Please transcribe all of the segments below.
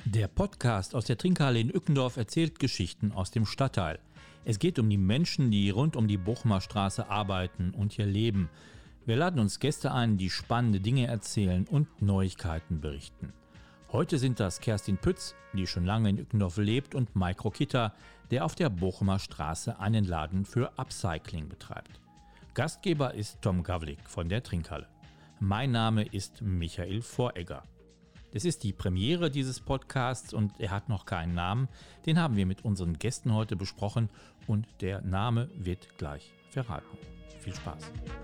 Der Podcast aus der Trinkhalle in Ückendorf erzählt Geschichten aus dem Stadtteil. Es geht um die Menschen, die rund um die Bochumer Straße arbeiten und hier leben. Wir laden uns Gäste ein, die spannende Dinge erzählen und Neuigkeiten berichten. Heute sind das Kerstin Pütz, die schon lange in Ückendorf lebt, und Mike Rokita, der auf der Bochumer Straße einen Laden für Upcycling betreibt. Gastgeber ist Tom Gavlik von der Trinkhalle. Mein Name ist Michael Voregger. Es ist die Premiere dieses Podcasts und er hat noch keinen Namen. Den haben wir mit unseren Gästen heute besprochen und der Name wird gleich verraten. Viel Spaß!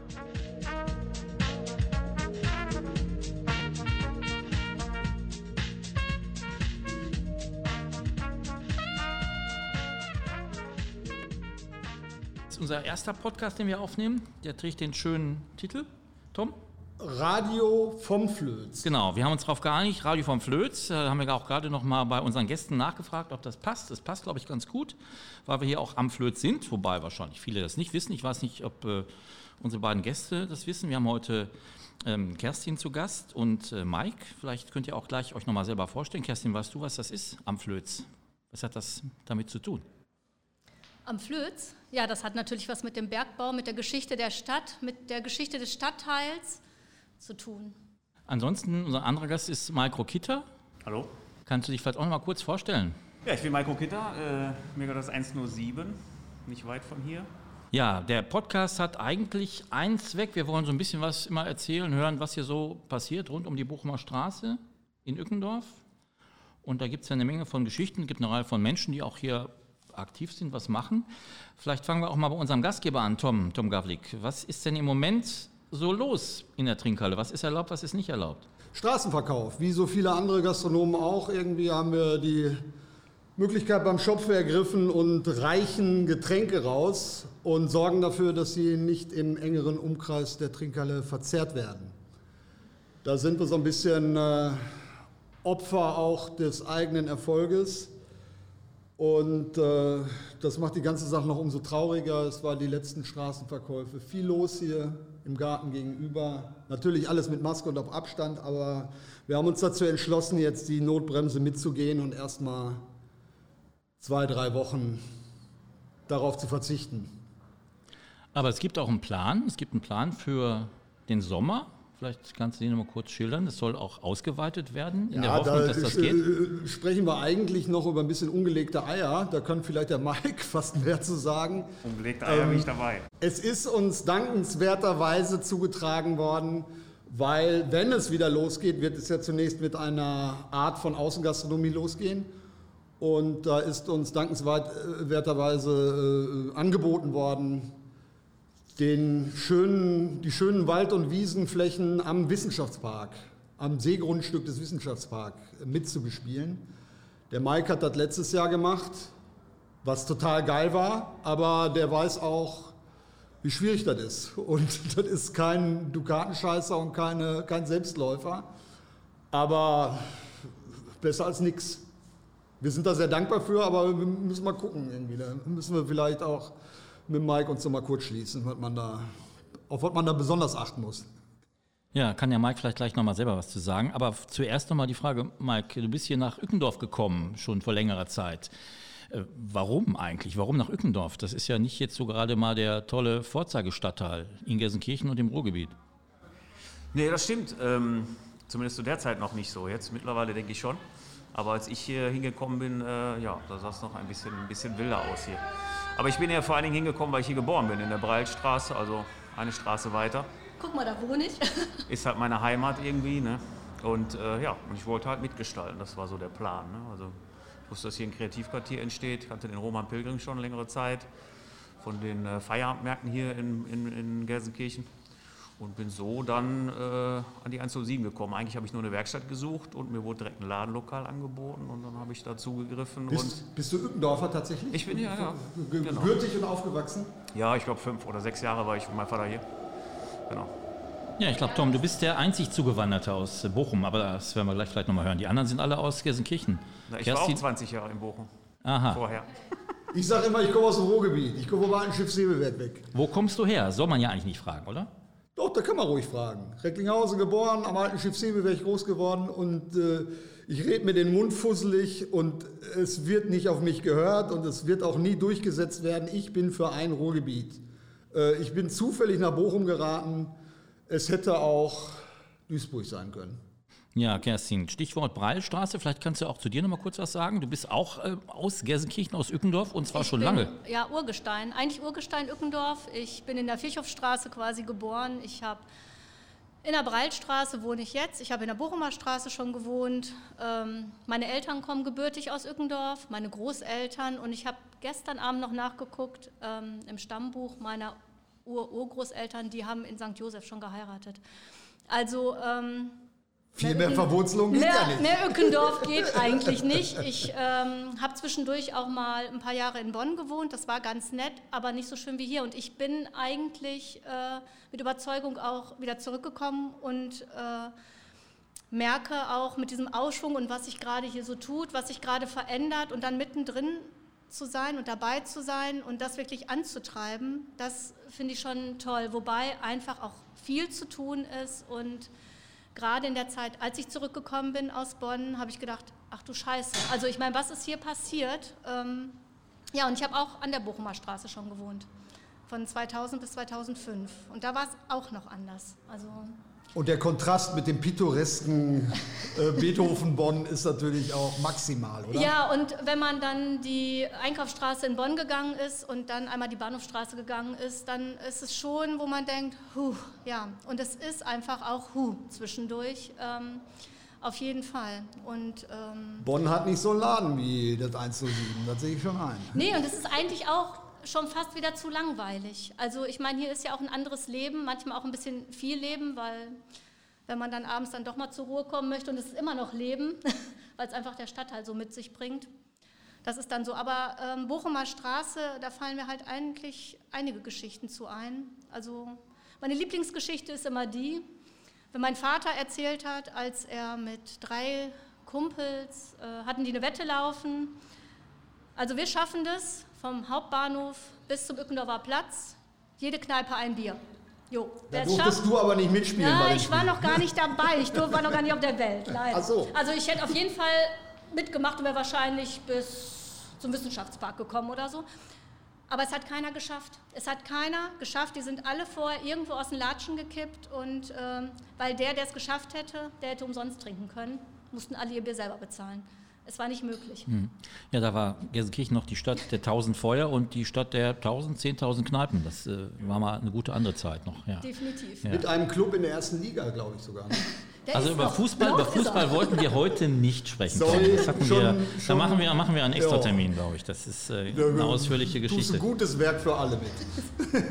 Das ist unser erster Podcast, den wir aufnehmen. Der trägt den schönen Titel. Tom? Radio vom Flöz. Genau, wir haben uns darauf geeinigt, Radio vom Flöz. Haben wir auch gerade noch mal bei unseren Gästen nachgefragt, ob das passt. Das passt, glaube ich, ganz gut, weil wir hier auch am Flöz sind, wobei wahrscheinlich viele das nicht wissen. Ich weiß nicht, ob unsere beiden Gäste das wissen. Wir haben heute Kerstin zu Gast und Mike. Vielleicht könnt ihr auch gleich euch noch mal selber vorstellen. Kerstin, weißt du, was das ist am Flöz? Was hat das damit zu tun? Am Flöz? Ja, das hat natürlich was mit dem Bergbau, mit der Geschichte der Stadt, mit der Geschichte des Stadtteils zu tun. Ansonsten, unser anderer Gast ist Mike Rokita. Hallo. Kannst du dich vielleicht auch noch mal kurz vorstellen? Ja, ich bin Mike Rokita, mir gehört das 107, nicht weit von hier. Ja, der Podcast hat eigentlich einen Zweck. Wir wollen so ein bisschen was immer erzählen, hören, was hier so passiert rund um die Bochumer Straße in Ückendorf. Und da gibt es ja eine Menge von Geschichten, es gibt eine Reihe von Menschen, die auch hier aktiv sind, was machen. Vielleicht fangen wir auch mal bei unserem Gastgeber an, Tom Gavlik. Was ist denn im Moment so los in der Trinkhalle? Was ist erlaubt, was ist nicht erlaubt? Straßenverkauf, wie so viele andere Gastronomen auch. Irgendwie haben wir die Möglichkeit beim Schopfe ergriffen und reichen Getränke raus und sorgen dafür, dass sie nicht im engeren Umkreis der Trinkhalle verzehrt werden. Da sind wir so ein bisschen Opfer auch des eigenen Erfolges. Und das macht die ganze Sache noch umso trauriger. Es waren die letzten Straßenverkäufe. Viel los hier im Garten gegenüber. Natürlich alles mit Maske und auf Abstand, aber wir haben uns dazu entschlossen, jetzt die Notbremse mitzugehen und erstmal 2-3 Wochen darauf zu verzichten. Aber es gibt auch einen Plan. Es gibt einen Plan für den Sommer. Vielleicht kannst du den noch mal kurz schildern. Das soll auch ausgeweitet werden, in der Hoffnung, dass das geht. Sprechen wir eigentlich noch über ein bisschen ungelegte Eier. Da kann vielleicht der Mike fast mehr zu sagen. Ungelegte Eier bin ich dabei. Es ist uns dankenswerterweise zugetragen worden, weil, wenn es wieder losgeht, wird es ja zunächst mit einer Art von Außengastronomie losgehen. Und da ist uns dankenswerterweise angeboten worden, die schönen Wald- und Wiesenflächen am Wissenschaftspark, am Seegrundstück des Wissenschaftsparks mitzubespielen. Der Mike hat das letztes Jahr gemacht, was total geil war, aber der weiß auch, wie schwierig das ist. Und das ist kein Dukatenscheißer und kein Selbstläufer, aber besser als nix. Wir sind da sehr dankbar für, aber wir müssen mal gucken irgendwie. Da müssen wir vielleicht auch mit Mike uns noch mal kurz schließen, auf was man da besonders achten muss. Ja, kann ja Mike vielleicht gleich noch mal selber was zu sagen. Aber zuerst noch mal die Frage, Mike, du bist hier nach Ückendorf gekommen, schon vor längerer Zeit. Warum eigentlich? Warum nach Ückendorf? Das ist ja nicht jetzt so gerade mal der tolle Vorzeigestadtteil in Gelsenkirchen und im Ruhrgebiet. Nee, das stimmt. Zumindest zu der Zeit noch nicht so. Jetzt mittlerweile denke ich schon. Aber als ich hier hingekommen bin, da sah es noch ein bisschen wilder aus hier. Aber ich bin ja vor allen Dingen hingekommen, weil ich hier geboren bin, in der Breilstraße, also eine Straße weiter. Guck mal, da wohne ich. Ist halt meine Heimat irgendwie, ne? Und und ich wollte halt mitgestalten, das war so der Plan, ne? Also ich wusste, dass hier ein Kreativquartier entsteht, ich kannte den Roman Pilgrim schon längere Zeit, von den Feierabendmärkten hier in Gelsenkirchen. Und bin so dann an die 107 gekommen. Eigentlich habe ich nur eine Werkstatt gesucht und mir wurde direkt ein Ladenlokal angeboten und dann habe ich dazu gegriffen. Bist du Ückendorfer tatsächlich? Ich bin hier, ja. Gebürtig und aufgewachsen? Ja, ich glaube 5 oder 6 Jahre war ich mit meinem Vater hier. Genau. Ja, ich glaube, Tom, du bist der einzig Zugewanderte aus Bochum, aber das werden wir gleich vielleicht nochmal hören. Die anderen sind alle aus Gelsenkirchen. Na, ich war auch 20 Jahre in Bochum. Aha. Vorher. Ich sage immer, ich komme aus dem Ruhrgebiet. Ich komme vom alten Schiffshebewerk weg. Wo kommst du her? Soll man ja eigentlich nicht fragen, oder? Doch, da kann man ruhig fragen. Recklinghausen geboren, am alten Schiffshebewerk groß geworden und ich rede mir den Mund fusselig und es wird nicht auf mich gehört und es wird auch nie durchgesetzt werden. Ich bin für ein Ruhrgebiet. Ich bin zufällig nach Bochum geraten. Es hätte auch Duisburg sein können. Ja, Kerstin, Stichwort Breilstraße, vielleicht kannst du auch zu dir noch mal kurz was sagen. Du bist auch aus Gelsenkirchen, aus Ückendorf und zwar schon lange. Ja, Urgestein, eigentlich Urgestein Ückendorf. Ich bin in der Virchowstraße quasi geboren. Ich habe in der Breilstraße wohne ich jetzt. Ich habe in der Bochumer Straße schon gewohnt. Meine Eltern kommen gebürtig aus Ückendorf, meine Großeltern. Und ich habe gestern Abend noch nachgeguckt im Stammbuch meiner Urgroßeltern, die haben in St. Joseph schon geheiratet. Also viel mehr Verwurzelung geht ja nicht. Mehr Ückendorf geht eigentlich nicht. Ich habe zwischendurch auch mal ein paar Jahre in Bonn gewohnt. Das war ganz nett, aber nicht so schön wie hier. Und ich bin eigentlich mit Überzeugung auch wieder zurückgekommen und merke auch mit diesem Aufschwung und was sich gerade hier so tut, was sich gerade verändert und dann mittendrin zu sein und dabei zu sein und das wirklich anzutreiben, das finde ich schon toll. Wobei einfach auch viel zu tun ist und gerade in der Zeit, als ich zurückgekommen bin aus Bonn, habe ich gedacht, ach du Scheiße. Also ich meine, was ist hier passiert? Ja, und ich habe auch an der Bochumer Straße schon gewohnt, von 2000 bis 2005. Und da war es auch noch anders. Also und der Kontrast mit dem pittoresken Beethoven-Bonn ist natürlich auch maximal, oder? Ja, und wenn man dann die Einkaufsstraße in Bonn gegangen ist und dann einmal die Bahnhofstraße gegangen ist, dann ist es schon, wo man denkt, ja. Und es ist einfach auch zwischendurch, auf jeden Fall. Und Bonn hat nicht so einen Laden wie das 107, das sehe ich schon ein. Nee, und es ist eigentlich auch schon fast wieder zu langweilig. Also ich meine, hier ist ja auch ein anderes Leben, manchmal auch ein bisschen viel Leben, weil wenn man dann abends dann doch mal zur Ruhe kommen möchte und es ist immer noch Leben, weil es einfach der Stadtteil so mit sich bringt. Das ist dann so. Aber Bochumer Straße, da fallen mir halt eigentlich einige Geschichten zu ein. Also meine Lieblingsgeschichte ist immer die, wenn mein Vater erzählt hat, als er mit 3 Kumpels, hatten die eine Wette laufen. Also wir schaffen das vom Hauptbahnhof bis zum Ückendorfer Platz, jede Kneipe ein Bier. Jo, da durftest du aber nicht mitspielen. Ja, ich war noch gar nicht dabei, ich war noch gar nicht auf der Welt, leider. Ach so. Also ich hätte auf jeden Fall mitgemacht und wäre wahrscheinlich bis zum Wissenschaftspark gekommen oder so. Aber es hat keiner geschafft. Es hat keiner geschafft, die sind alle vorher irgendwo aus den Latschen gekippt und weil der es geschafft hätte, der hätte umsonst trinken können, mussten alle ihr Bier selber bezahlen. Es war nicht möglich. Ja, da war Gelsenkirchen noch die Stadt der 1000 Feuer und die Stadt der 1000 Kneipen. Das war mal eine gute andere Zeit noch. Ja. Definitiv. Ja. Mit einem Club in der ersten Liga, glaube ich sogar. Ne? Also über Fußball wollten wir heute nicht sprechen. Das hatten da machen wir einen Extratermin, glaube ich. Das ist eine ausführliche Geschichte. Du tust ein gutes Werk für alle mit.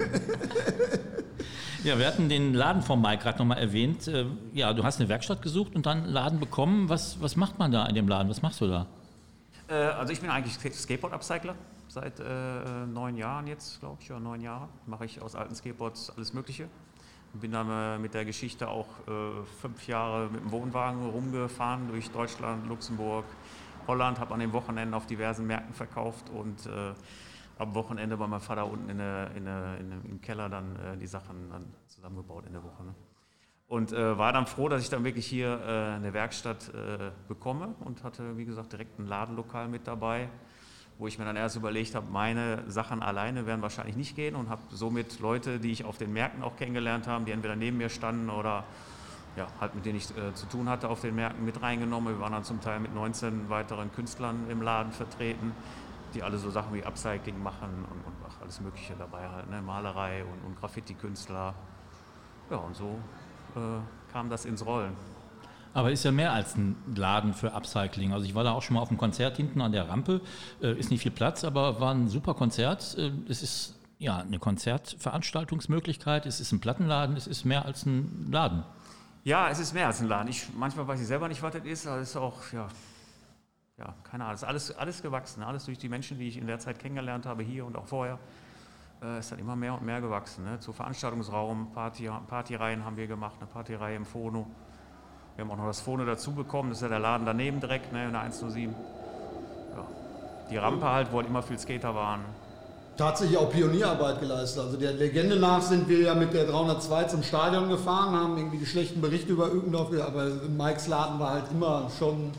Ja, wir hatten den Laden von Mike gerade nochmal erwähnt. Ja, du hast eine Werkstatt gesucht und dann einen Laden bekommen. Was macht man da in dem Laden? Was machst du da? Also ich bin eigentlich Skateboard-Upcycler seit 9 Jahren jetzt, glaube ich, oder 9 Jahre. Mache ich aus alten Skateboards alles Mögliche. Bin dann mit der Geschichte auch 5 Jahre mit dem Wohnwagen rumgefahren durch Deutschland, Luxemburg, Holland, habe an den Wochenenden auf diversen Märkten verkauft und am Wochenende bei meinem Vater unten im Keller dann die Sachen dann zusammengebaut in der Woche. Ne? Und war dann froh, dass ich dann wirklich hier eine Werkstatt bekomme und hatte, wie gesagt, direkt ein Ladenlokal mit dabei, wo ich mir dann erst überlegt habe, meine Sachen alleine werden wahrscheinlich nicht gehen und habe somit Leute, die ich auf den Märkten auch kennengelernt habe, die entweder neben mir standen oder ja, halt mit denen ich zu tun hatte auf den Märkten mit reingenommen. Wir waren dann zum Teil mit 19 weiteren Künstlern im Laden vertreten, die alle so Sachen wie Upcycling machen und alles Mögliche dabei halt, ne? Malerei und Graffiti-Künstler. Ja, und so kam das ins Rollen. Aber ist ja mehr als ein Laden für Upcycling. Also ich war da auch schon mal auf einem Konzert hinten an der Rampe. Ist nicht viel Platz, aber war ein super Konzert. Es ist ja eine Konzertveranstaltungsmöglichkeit, es ist ein Plattenladen, es ist mehr als ein Laden. Ja, es ist mehr als ein Laden. Manchmal weiß ich selber nicht, was das ist, aber es ist auch, ja, keine Ahnung, es ist alles gewachsen. Alles durch die Menschen, die ich in der Zeit kennengelernt habe, hier und auch vorher, ist dann immer mehr und mehr gewachsen. Ne? Zu Veranstaltungsraum, Partyreihen haben wir gemacht, eine Partyreihe im Phono. Wir haben auch noch das Phono dazu bekommen, das ist ja der Laden daneben direkt, ne, in der 107. Ja. Die Rampe halt, wo halt immer viel Skater waren. Tatsächlich auch Pionierarbeit geleistet. Also der Legende nach sind wir ja mit der 302 zum Stadion gefahren, haben irgendwie die schlechten Berichte über Ückendorf, aber Mikes Laden war halt immer schon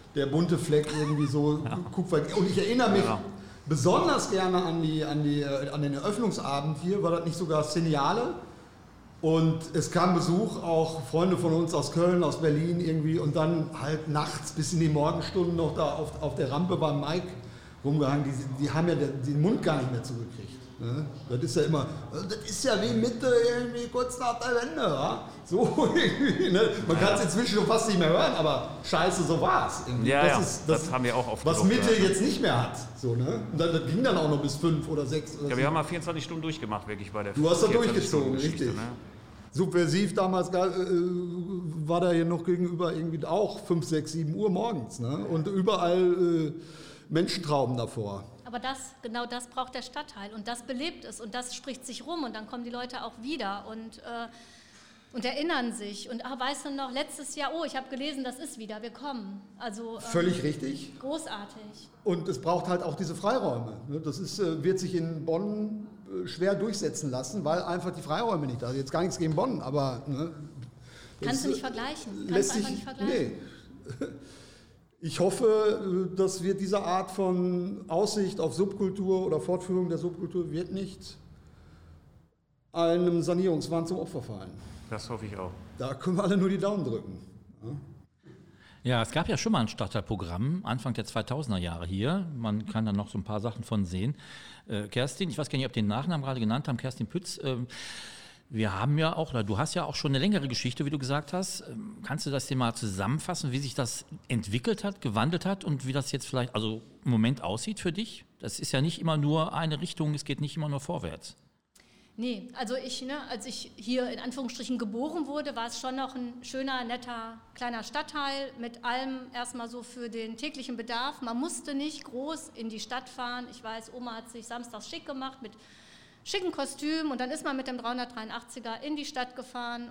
der bunte Fleck irgendwie so. Und ich erinnere mich besonders gerne an den Eröffnungsabend hier, war das nicht sogar Szeniale? Und es kam Besuch, auch Freunde von uns aus Köln, aus Berlin irgendwie und dann halt nachts bis in die Morgenstunden noch da auf der Rampe beim Mike rumgehangen. Die haben ja den Mund gar nicht mehr zugekriegt. Ne? Das ist ja immer, das ist ja wie Mitte irgendwie kurz nach der Wende. Ja? So irgendwie, ne? Man kann es inzwischen schon fast nicht mehr hören, aber scheiße, so war es. Das haben wir auch oft was Mitte jetzt nicht mehr hat. So, ne? Und das ging dann auch noch bis 5 oder 6. Oder wir haben mal 24 Stunden durchgemacht, wirklich bei der Du hast da durchgezogen, richtig. Ne? Subversiv damals war da hier noch gegenüber irgendwie auch 5, 6, 7 Uhr morgens. Ne? Und überall Menschentrauben davor. Aber genau das braucht der Stadtteil und das belebt es und das spricht sich rum und dann kommen die Leute auch wieder und erinnern sich. Und weißt du noch, letztes Jahr, ich habe gelesen, das ist wieder, wir kommen. Also, völlig richtig. Großartig. Und es braucht halt auch diese Freiräume. Das wird sich in Bonn schwer durchsetzen lassen, weil einfach die Freiräume nicht da sind. Jetzt gar nichts gegen Bonn, aber... Ne, kannst du nicht vergleichen. Kannst du einfach nicht vergleichen. Nee. Ich hoffe, dass wir diese Art von Aussicht auf Subkultur oder Fortführung der Subkultur wird nicht einem Sanierungswahn zum Opfer fallen. Das hoffe ich auch. Da können wir alle nur die Daumen drücken. Ja, es gab ja schon mal ein Stadtteilprogramm, Anfang der 2000er Jahre hier. Man kann da noch so ein paar Sachen von sehen. Kerstin, ich weiß gar nicht, ob wir den Nachnamen gerade genannt haben, Kerstin Pütz. Wir haben ja auch, oder du hast ja auch schon eine längere Geschichte, wie du gesagt hast. Kannst du das dir mal zusammenfassen, wie sich das entwickelt hat, gewandelt hat und wie das jetzt vielleicht im Moment aussieht für dich? Das ist ja nicht immer nur eine Richtung, es geht nicht immer nur vorwärts. Nee, also als ich hier in Anführungsstrichen geboren wurde, war es schon noch ein schöner, netter, kleiner Stadtteil mit allem erstmal so für den täglichen Bedarf. Man musste nicht groß in die Stadt fahren. Ich weiß, Oma hat sich samstags schick gemacht mit schicken Kostüm und dann ist man mit dem 383er in die Stadt gefahren.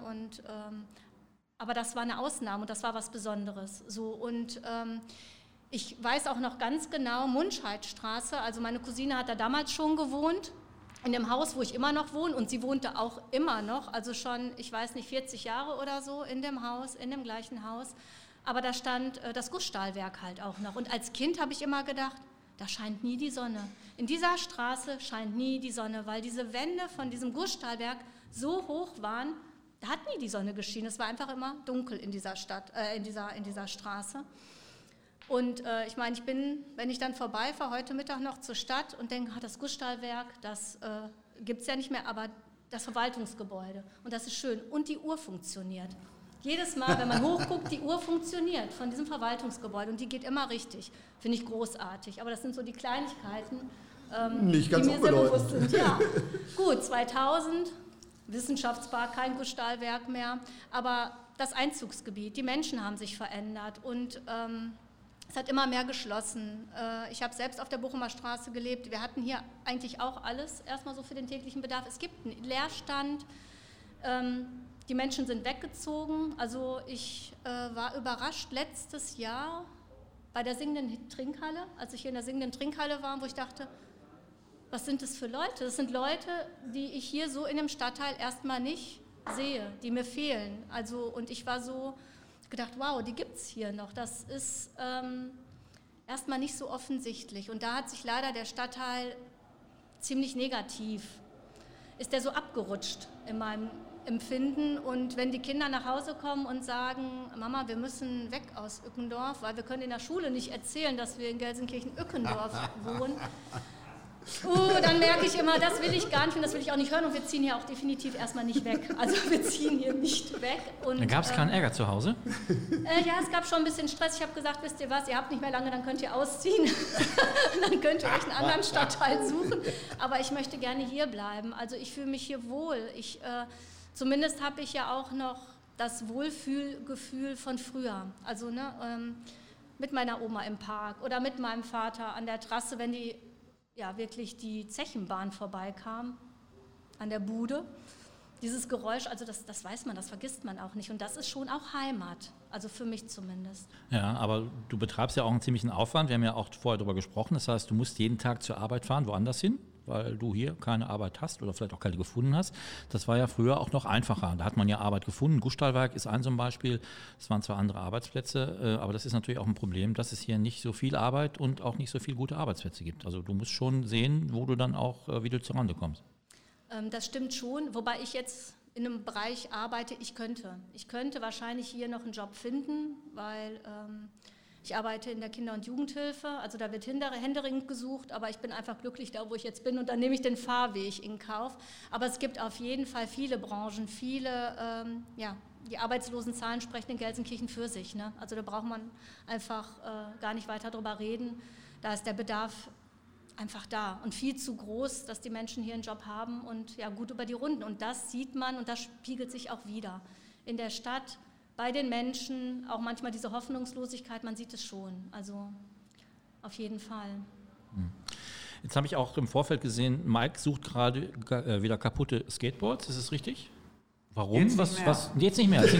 Aber das war eine Ausnahme und das war was Besonderes. So, und ich weiß auch noch ganz genau, Munscheidstraße, also meine Cousine hat da damals schon gewohnt. In dem Haus, wo ich immer noch wohne und sie wohnte auch immer noch, also schon, ich weiß nicht, 40 Jahre oder so in dem Haus, in dem gleichen Haus. Aber da stand das Gussstahlwerk halt auch noch. Und als Kind habe ich immer gedacht, da scheint nie die Sonne. In dieser Straße scheint nie die Sonne, weil diese Wände von diesem Gussstahlwerk so hoch waren, da hat nie die Sonne geschienen. Es war einfach immer dunkel in dieser Stadt, in dieser Straße. Und ich meine, wenn ich dann vorbeifahre, heute Mittag noch zur Stadt und denke, das Gussstahlwerk, das gibt es ja nicht mehr, aber das Verwaltungsgebäude. Und das ist schön. Und die Uhr funktioniert. Jedes Mal, wenn man hochguckt, die Uhr funktioniert von diesem Verwaltungsgebäude und die geht immer richtig. Finde ich großartig. Aber das sind so die Kleinigkeiten, nicht ganz die mir sehr bewusst sind. Ja. Gut, 2000, Wissenschaftspark, kein Gussstahlwerk mehr, aber das Einzugsgebiet, die Menschen haben sich verändert und es hat immer mehr geschlossen. Ich habe selbst auf der Bochumer Straße gelebt. Wir hatten hier eigentlich auch alles, erstmal so für den täglichen Bedarf. Es gibt einen Leerstand. Die Menschen sind weggezogen. Also ich war überrascht letztes Jahr bei der Singenden Trinkhalle, als ich hier in der Singenden Trinkhalle war, wo ich dachte, was sind das für Leute? Das sind Leute, die ich hier so in dem Stadtteil erstmal nicht sehe, die mir fehlen. Also, und ich war so gedacht, wow, die gibt es hier noch. Das ist erstmal nicht so offensichtlich. Und da hat sich leider der Stadtteil ziemlich negativ, ist der so abgerutscht in meinem Empfinden. Und wenn die Kinder nach Hause kommen und sagen, Mama, wir müssen weg aus Ückendorf, weil wir können in der Schule nicht erzählen, dass wir in Gelsenkirchen-Ückendorf wohnen, dann merke ich immer, das will ich gar nicht und das will ich auch nicht hören und wir ziehen hier auch definitiv erstmal nicht weg. Also wir ziehen hier nicht weg. Da gab es keinen Ärger zu Hause? Ja, es gab schon ein bisschen Stress. Ich habe gesagt, wisst ihr was, ihr habt nicht mehr lange, dann könnt ihr ausziehen. Dann könnt ihr euch einen anderen Stadtteil suchen. Aber ich möchte gerne hier bleiben. Also ich fühle mich hier wohl. Zumindest habe ich ja auch noch das Wohlfühlgefühl von früher. Also mit meiner Oma im Park oder mit meinem Vater an der Trasse, wenn wirklich die Zechenbahn vorbeikam an der Bude. Dieses Geräusch, also das weiß man, das vergisst man auch nicht. Und das ist schon auch Heimat, also für mich zumindest. Ja, aber du betreibst ja auch einen ziemlichen Aufwand. Wir haben ja auch vorher darüber gesprochen. Das heißt, du musst jeden Tag zur Arbeit fahren, woanders hin. weil du hier keine Arbeit hast oder vielleicht auch keine gefunden hast. Das war ja früher auch noch einfacher. Da hat man ja Arbeit gefunden. Gussstahlwerk ist ein so ein Beispiel. Es waren zwar andere Arbeitsplätze, aber das ist natürlich auch ein Problem, dass es hier nicht so viel Arbeit und auch nicht so viele gute Arbeitsplätze gibt. Also du musst schon sehen, wo du dann auch, wie du zurande kommst. Das stimmt schon, wobei ich jetzt in einem Bereich arbeite, ich könnte wahrscheinlich hier noch einen Job finden, weil ich arbeite in der Kinder- und Jugendhilfe, also da wird händeringend gesucht, aber ich bin einfach glücklich da, wo ich jetzt bin und dann nehme ich den Fahrweg in Kauf. Aber es gibt auf jeden Fall viele Branchen, die Arbeitslosenzahlen sprechen in Gelsenkirchen für sich, ne? Also da braucht man einfach gar nicht weiter drüber reden, da ist der Bedarf einfach da und viel zu groß, dass die Menschen hier einen Job haben und ja, gut über die Runden. Und das sieht man und das spiegelt sich auch wieder in der Stadt, bei den Menschen, auch manchmal diese Hoffnungslosigkeit, man sieht es schon. Also auf jeden Fall. Jetzt habe ich auch im Vorfeld gesehen, Mike sucht gerade wieder kaputte Skateboards, ist es richtig? Warum? Jetzt nicht mehr. Jetzt nicht mehr.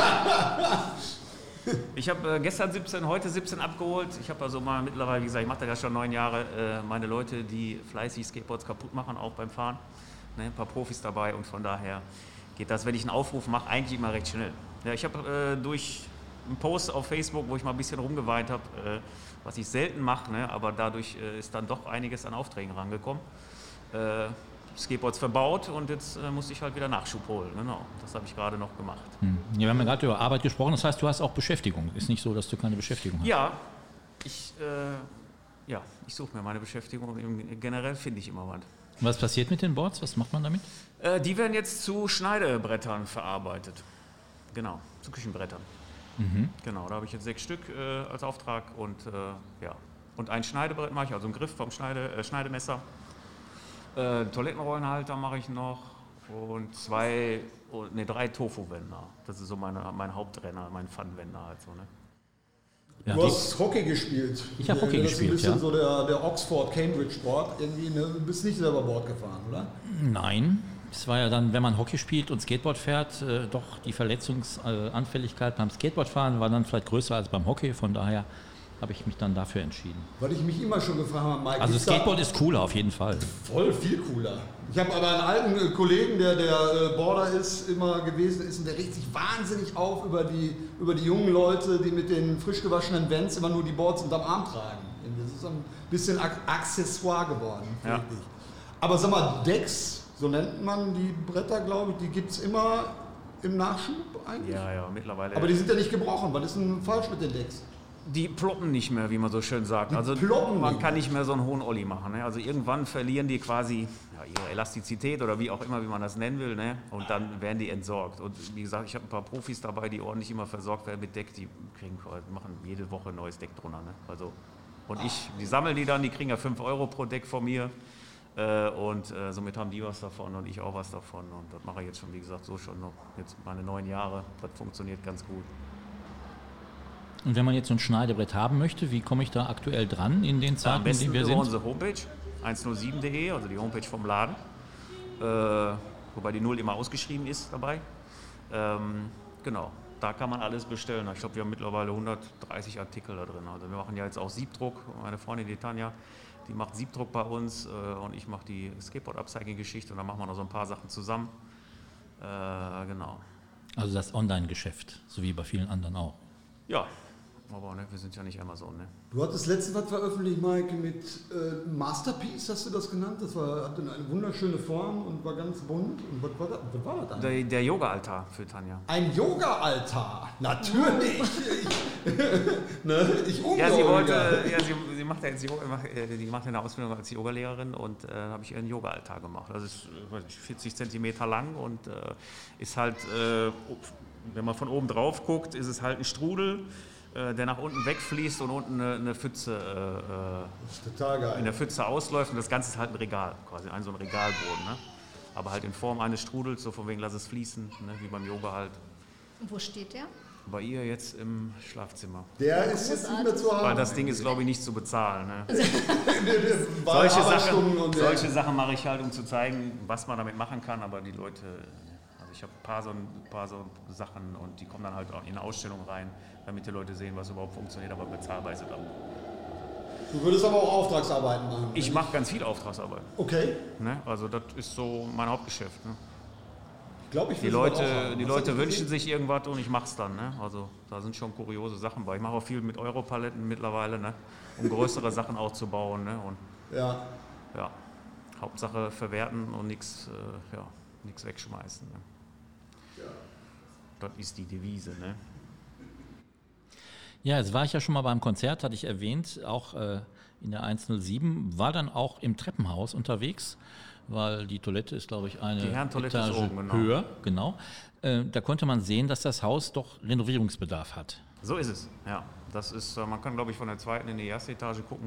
Ich habe gestern 17, heute 17 abgeholt. Ich habe also mal mittlerweile, wie gesagt, ich mache das ja schon 9 Jahre, meine Leute, die fleißig Skateboards kaputt machen, auch beim Fahren. Ne, ein paar Profis dabei und von daher geht das, wenn ich einen Aufruf mache, eigentlich immer recht schnell. Ja, ich habe durch einen Post auf Facebook, wo ich mal ein bisschen rumgeweint habe, was ich selten mache, ne, aber dadurch ist dann doch einiges an Aufträgen rangekommen. Skateboards verbaut und jetzt musste ich halt wieder Nachschub holen. Genau, das habe ich gerade noch gemacht. Ja, wir haben ja gerade über Arbeit gesprochen, das heißt, du hast auch Beschäftigung. Ist nicht so, dass du keine Beschäftigung hast? Ja, ich suche mir meine Beschäftigung. Generell finde ich immer was. Was passiert mit den Boards? Was macht man damit? Die werden jetzt zu Schneidebrettern verarbeitet. Genau, zu Küchenbrettern. Genau, da habe ich jetzt 6 Stück als Auftrag und und ein Schneidebrett mache ich, also einen Griff vom Schneidemesser. Toilettenrollenhalter mache ich noch und 3 Tofu-Wender. Das ist so mein Hauptrenner, mein Pfannenwender halt so, ne? Ja, Du hast Hockey gespielt. Ich habe Hockey gespielt, Das ist ein bisschen ja. so der Oxford-Cambridge-Sport. Irgendwie, ne? Du bist nicht selber Board gefahren, oder? Nein. Es war ja dann, wenn man Hockey spielt und Skateboard fährt, doch die Verletzungsanfälligkeit beim Skateboardfahren war dann vielleicht größer als beim Hockey. Von daher habe ich mich dann dafür entschieden. Weil ich mich immer schon gefragt habe, Mike, Also Skateboard ist cooler auf jeden Fall. voll viel cooler. Ich habe aber einen alten Kollegen, der Boarder ist, immer gewesen ist und der regt sich wahnsinnig auf über die jungen Leute, die mit den frisch gewaschenen Vans immer nur die Boards unterm Arm tragen. Das ist ein bisschen Accessoire geworden, finde ich. Aber sag mal, Decks, so nennt man die Bretter, glaube ich, die gibt es immer im Nachschub eigentlich? Ja, mittlerweile. Aber die sind ja nicht gebrochen. Was ist denn falsch mit den Decks? Die ploppen nicht mehr, wie man so schön sagt. Also ploppen man nicht. kann nicht mehr so einen hohen Olli machen. Ne? Also irgendwann verlieren die quasi ihre Elastizität oder wie auch immer, wie man das nennen will. Ne? Und dann werden die entsorgt. Und wie gesagt, ich habe ein paar Profis dabei, die ordentlich immer versorgt werden mit Deck. Die machen jede Woche ein neues Deck drunter. Ne? Also, und die sammeln die dann, die kriegen ja 5 Euro pro Deck von mir. Und somit haben die was davon und ich auch was davon. Und das mache ich jetzt schon, wie gesagt, so schon noch jetzt meine 9 Jahre. Das funktioniert ganz gut. Und wenn man jetzt so ein Schneidebrett haben möchte, wie komme ich da aktuell dran in den Zeiten, Am besten in denen wir über sind? unsere Homepage 107.de, also die Homepage vom Laden, wobei die 0 immer ausgeschrieben ist dabei. Genau, da kann man alles bestellen. Ich glaube, wir haben mittlerweile 130 Artikel da drin. Also wir machen ja jetzt auch Siebdruck. Meine Freundin, die Tanja, die macht Siebdruck bei uns und ich mache die Skateboard-Upcycling-Geschichte und dann machen wir noch so ein paar Sachen zusammen. Genau. Also das Online-Geschäft, so wie bei vielen anderen auch. Ja, aber ne, wir sind ja nicht Amazon. Ne? Du hattest letztens was veröffentlicht, Mike, mit Masterpiece, hast du das genannt? Das hatte eine wunderschöne Form und war ganz bunt. Und was war das eigentlich? Der Yoga-Altar für Tanja. Ein Yoga-Altar, natürlich. Ja, sie wollte, sie macht ja jetzt die macht eine Ausbildung als Yogalehrerin und habe ich ihren Yoga-Altar gemacht. Das ist 40 Zentimeter lang und ist halt, wenn man von oben drauf guckt, ist es halt ein Strudel, der nach unten wegfließt und unten eine Pfütze Total geil. in der Pfütze ausläuft und das Ganze ist halt ein Regal, quasi so ein Regalboden, ne? Aber halt in Form eines Strudels, so von wegen lass es fließen, ne? Wie beim Yoga halt. Und wo steht der? Bei ihr jetzt im Schlafzimmer. Der ist jetzt nicht mehr zu haben. Weil das Ding ist, glaube ich, nicht zu bezahlen. Ne? Weil Solche Sachen mache ich halt, um zu zeigen, was man damit machen kann, aber die Leute, also ich habe ein paar so Sachen und die kommen dann halt auch in eine Ausstellung rein, damit die Leute sehen, was überhaupt funktioniert, aber bezahlbar ist es auch. Du würdest aber auch Auftragsarbeiten machen. Ich mache ganz viel Auftragsarbeit. Okay. Ne? Also das ist so mein Hauptgeschäft. Ne? Ich glaube, ich Die Leute wünschen sich irgendwas und ich mache es dann. Ne? Also da sind schon kuriose Sachen bei. Ich mache auch viel mit Europaletten mittlerweile, ne? Um größere Sachen aufzubauen. Ne? Und Ja. ja, Hauptsache verwerten und nichts wegschmeißen. Ne? Ja. Das ist die Devise. Ne? Ja, jetzt war ich ja schon mal beim Konzert, hatte ich erwähnt, auch in der 107, war dann auch im Treppenhaus unterwegs, weil die Toilette ist, glaube ich, eine Die Herrentoilette ist Etage oben, genau. höher. Genau. Da konnte man sehen, dass das Haus doch Renovierungsbedarf hat. So ist es, ja. Das ist, man kann, glaube ich, von der zweiten in die erste Etage gucken.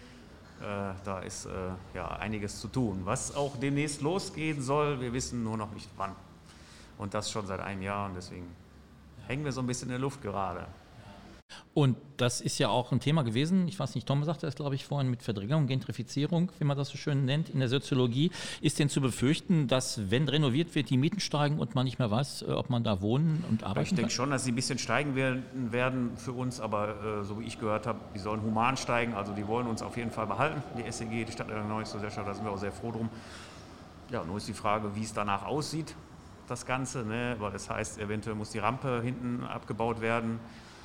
Da ist einiges zu tun. Was auch demnächst losgehen soll, wir wissen nur noch nicht wann. Und das schon seit einem Jahr und deswegen hängen wir so ein bisschen in der Luft gerade. Und das ist ja auch ein Thema gewesen, ich weiß nicht, Tom sagte das, glaube ich, vorhin, mit Verdrängung, Gentrifizierung, wie man das so schön nennt, in der Soziologie. Ist denn zu befürchten, dass, wenn renoviert wird, die Mieten steigen und man nicht mehr weiß, ob man da wohnen und arbeiten kann? Ich denke schon, dass sie ein bisschen steigen werden für uns, aber so wie ich gehört habe, die sollen human steigen, also die wollen uns auf jeden Fall behalten, die SEG, die Stadtwerke Neues Gesellschaft, da sind wir auch sehr froh drum. Ja, nur ist die Frage, wie es danach aussieht, das Ganze, ne? Weil das heißt, eventuell muss die Rampe hinten abgebaut werden,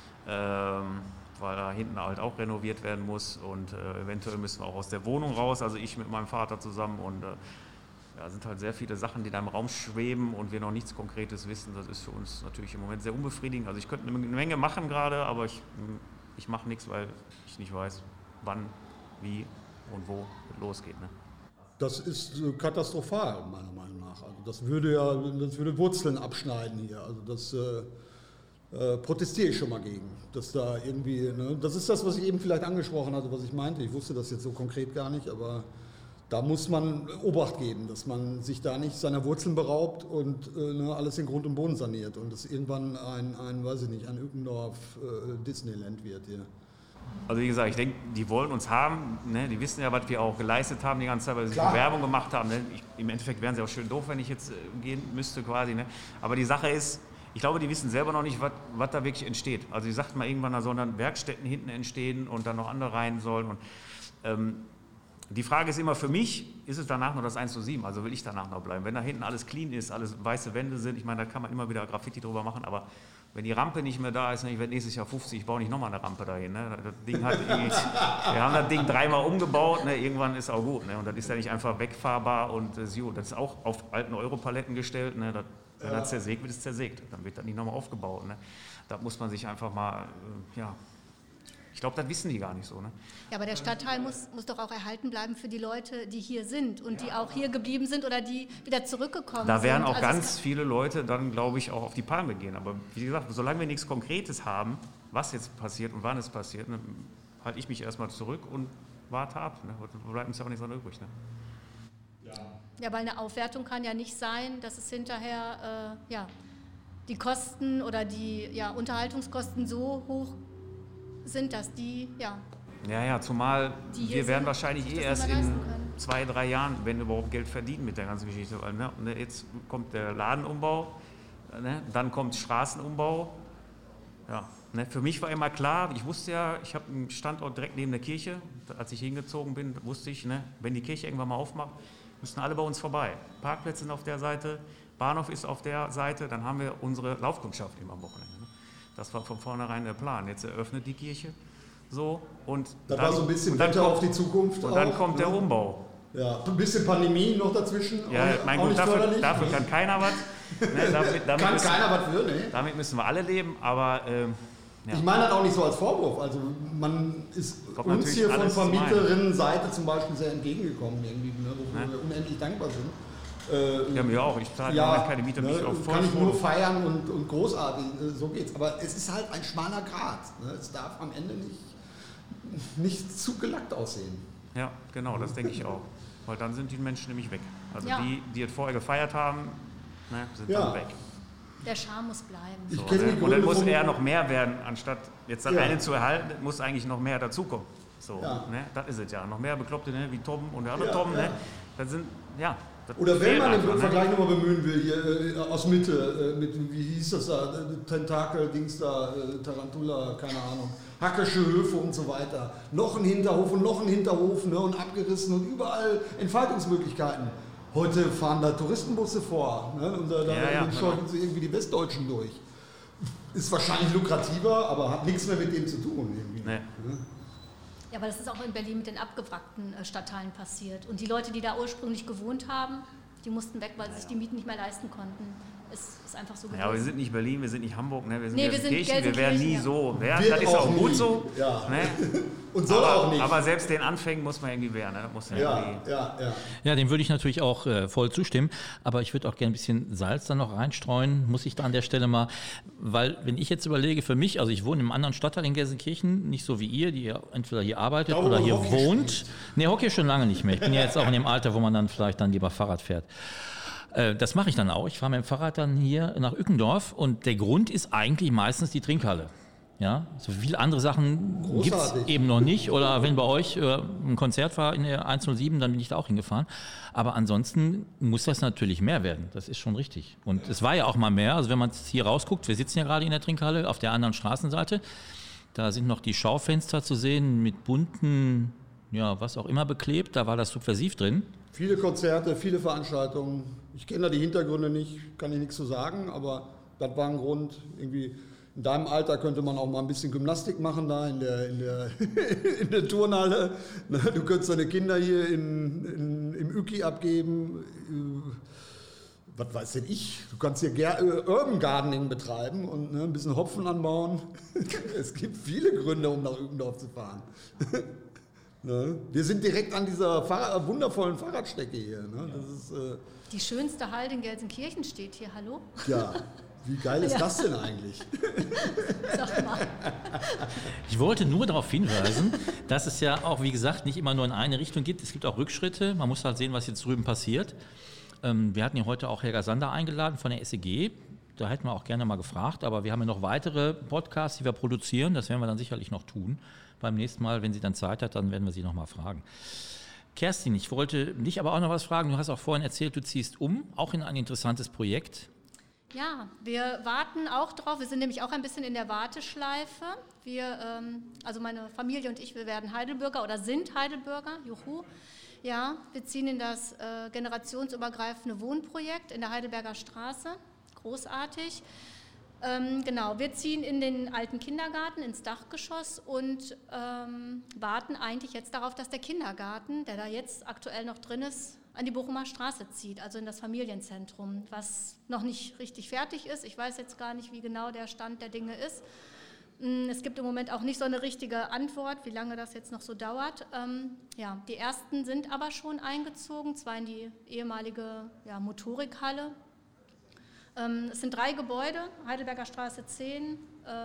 weil da hinten halt auch renoviert werden muss und eventuell müssen wir auch aus der Wohnung raus, also ich mit meinem Vater zusammen und sind halt sehr viele Sachen, die da im Raum schweben und wir noch nichts Konkretes wissen. Das ist für uns natürlich im Moment sehr unbefriedigend. Also ich könnte eine Menge machen gerade, aber ich mache nichts, weil ich nicht weiß, wann, wie und wo es losgeht. Ne? Das ist katastrophal, meiner Meinung nach. Also das würde Wurzeln abschneiden hier. Also das protestiere ich schon mal gegen. Dass da irgendwie, ne, das ist das, was ich eben vielleicht angesprochen hatte, was ich meinte. Ich wusste das jetzt so konkret gar nicht, aber da muss man Obacht geben, dass man sich da nicht seiner Wurzeln beraubt und alles in Grund und Boden saniert und das irgendwann ein Öckendorf Disneyland wird hier. Also wie gesagt, ich denke, die wollen uns haben, ne? Die wissen ja, was wir auch geleistet haben die ganze Zeit, weil sie Werbung gemacht haben. Ne? Im Endeffekt wären sie auch schön doof, wenn ich jetzt gehen müsste quasi. Ne? Aber die Sache ist, ich glaube, die wissen selber noch nicht, was da wirklich entsteht. Also die sagten mal irgendwann, da sollen dann Werkstätten hinten entstehen und dann noch andere rein sollen. Und, die Frage ist immer, für mich ist es danach noch das 1:7, also will ich danach noch bleiben. Wenn da hinten alles clean ist, alles weiße Wände sind, ich meine, da kann man immer wieder Graffiti drüber machen, aber wenn die Rampe nicht mehr da ist, ne, ich werde nächstes Jahr 50, ich baue nicht nochmal eine Rampe dahin. Ne? Das Ding wir haben das Ding 3-mal umgebaut, ne? Irgendwann ist auch gut. Ne? Und das ist ja nicht einfach wegfahrbar und das ist auch auf alten Europaletten gestellt. Ne? Wenn das zersägt wird, ist es zersägt. Dann wird das nicht nochmal aufgebaut. Ne? Da muss man sich einfach mal, ich glaube, das wissen die gar nicht so. Ne? Ja, aber der Stadtteil muss doch auch erhalten bleiben für die Leute, die hier sind und die auch hier geblieben sind oder die wieder zurückgekommen sind. Da werden auch ganz viele Leute dann, glaube ich, auch auf die Palme gehen. Aber wie gesagt, solange wir nichts Konkretes haben, was jetzt passiert und wann es passiert, ne, halte ich mich erstmal zurück und warte ab. Ne? Da bleibt uns ja auch nichts anderes übrig. Ne? Ja, weil eine Aufwertung kann ja nicht sein, dass es hinterher die Kosten oder die Unterhaltungskosten so hoch sind, dass die, Ja, zumal wir werden wahrscheinlich erst in 2-3 Jahren, wenn überhaupt, Geld verdienen mit der ganzen Geschichte. Weil, ne, jetzt kommt der Ladenumbau, ne, dann kommt Straßenumbau. Ja, ne, für mich war immer klar, ich wusste ja, ich habe einen Standort direkt neben der Kirche. Als ich hingezogen bin, wusste ich, ne, wenn die Kirche irgendwann mal aufmacht, müssen alle bei uns vorbei. Parkplätze sind auf der Seite, Bahnhof ist auf der Seite, dann haben wir unsere Laufkundschaft immer am Wochenende. Ne? Das war von vornherein der Plan. Jetzt eröffnet die Kirche so und das dann, war so ein bisschen Wetter auf die Zukunft. Und dann kommt der Umbau. Ja, ein bisschen Pandemie noch dazwischen. Ja, mein Gott, dafür kann keiner was. Ne, keiner was für, ne? Damit müssen wir alle leben, aber ich meine das auch nicht so als Vorwurf. Also man ist uns hier von Vermieterinnenseite zum Beispiel sehr entgegengekommen, irgendwie, ne, wofür wir unendlich dankbar sind. Ja, mir auch. Ich zahle ja, keine Miete, mich auf kann ich nur feiern und großartig, so geht's. Aber es ist halt ein schmaler Grat. Ne? Es darf am Ende nicht zu gelackt aussehen. Ja, genau, das denke ich auch. Weil dann sind die Menschen nämlich weg. Also die es vorher gefeiert haben, ne, sind dann weg. Der Charme muss bleiben. So, ne? Und dann muss eher noch mehr werden, anstatt jetzt das eine zu erhalten, muss eigentlich noch mehr dazukommen. So, ne? Das ist es ja. Noch mehr Bekloppte, ne? Wie Tom und der andere Tom. Ne? Das sind, Oder wenn fehlt man den einfach, ne? Vergleich nochmal bemühen will, hier aus Mitte, mit, wie hieß das da, Tentakel, Dings da, Tarantula, keine Ahnung, Hackische Höfe und so weiter. Noch ein Hinterhof und noch ein Hinterhof, ne, und abgerissen und überall Entfaltungsmöglichkeiten. Heute fahren da Touristenbusse vor, ne, und da scheuchen sie irgendwie die Westdeutschen durch. Ist wahrscheinlich lukrativer, aber hat nichts mehr mit dem zu tun. Irgendwie. Nee. Ne? Ja, aber das ist auch in Berlin mit den abgewrackten Stadtteilen passiert. Und die Leute, die da ursprünglich gewohnt haben, die mussten weg, weil sie sich die Mieten nicht mehr leisten konnten. Es ist einfach so gewesen. Ja, aber wir sind nicht Berlin, wir sind nicht Hamburg, ne? Wir sind Nee, wir sind Gelsenkirchen, wir werden nie Gelsenkirchen, so werden. Wird Das ist auch gut nie. so. Ja. Ne? Und soll auch nicht. Aber selbst den Anfängen muss man irgendwie wehren. Ne? Das muss irgendwie Ja, dem würde ich natürlich auch voll zustimmen. Aber ich würde auch gerne ein bisschen Salz dann noch reinstreuen, muss ich da an der Stelle mal. Weil, wenn ich jetzt überlege, für mich, also ich wohne in einem anderen Stadtteil in Gelsenkirchen, nicht so wie ihr, die entweder hier arbeitet Da, wo oder man hier Hockey wohnt. spielt. Nee, Hockey schon lange nicht mehr. Ich bin ja jetzt auch in dem Alter, wo man dann vielleicht dann lieber Fahrrad fährt. Das mache ich dann auch. Ich fahre mit dem Fahrrad dann hier nach Ückendorf und der Grund ist eigentlich meistens die Trinkhalle. Ja, so viele andere Sachen gibt es Großartig. eben noch nicht. Oder wenn bei euch ein Konzert war in der 107, dann bin ich da auch hingefahren. Aber ansonsten muss das natürlich mehr werden. Das ist schon richtig. Und es war ja auch mal mehr. Also wenn man hier rausguckt, wir sitzen ja gerade in der Trinkhalle auf der anderen Straßenseite. Da sind noch die Schaufenster zu sehen mit bunten, ja, was auch immer beklebt. Da war das Subversiv drin. Viele Konzerte, viele Veranstaltungen. Ich kenne da die Hintergründe nicht, kann ich nichts zu sagen, aber das war ein Grund. Irgendwie in deinem Alter könnte man auch mal ein bisschen Gymnastik machen da in der Turnhalle. Du könntest deine Kinder hier im Öki abgeben. Was weiß denn ich? Du kannst hier Urban Gardening betreiben und ein bisschen Hopfen anbauen. Es gibt viele Gründe, um nach Ückendorf zu fahren. Ne? Wir sind direkt an dieser wundervollen Fahrradstrecke hier. Ne? Das ist, Die schönste Halde in Gelsenkirchen steht hier, hallo? ja, wie geil ist das denn eigentlich? Sag mal. Ich wollte nur darauf hinweisen, dass es ja auch, wie gesagt, nicht immer nur in eine Richtung gibt. Es gibt auch Rückschritte. Man muss halt sehen, was jetzt drüben passiert. Wir hatten ja heute auch Helga Sander eingeladen von der SEG. Da hätten wir auch gerne mal gefragt. Aber wir haben ja noch weitere Podcasts, die wir produzieren. Das werden wir dann sicherlich noch tun. Beim nächsten Mal, wenn sie dann Zeit hat, dann werden wir sie noch mal fragen. Kerstin, ich wollte dich aber auch noch was fragen. Du hast auch vorhin erzählt, du ziehst um, auch in ein interessantes Projekt. Ja, wir warten auch drauf. Wir sind nämlich auch ein bisschen in der Warteschleife. Also meine Familie und ich, wir werden Heidelbürger oder sind Heidelbürger. Juhu. Ja, wir ziehen in das generationsübergreifende Wohnprojekt in der Heidelberger Straße. Großartig. Genau, wir ziehen in den alten Kindergarten ins Dachgeschoss und warten eigentlich jetzt darauf, dass der Kindergarten, der da jetzt aktuell noch drin ist, an die Bochumer Straße zieht, also in das Familienzentrum, was noch nicht richtig fertig ist. Ich weiß jetzt gar nicht, wie genau der Stand der Dinge ist. Es gibt im Moment auch nicht so eine richtige Antwort, wie lange das jetzt noch so dauert. Ja, die ersten sind aber schon eingezogen, zwar in die ehemalige Motorikhalle. Es sind 3 Gebäude, Heidelberger Straße 10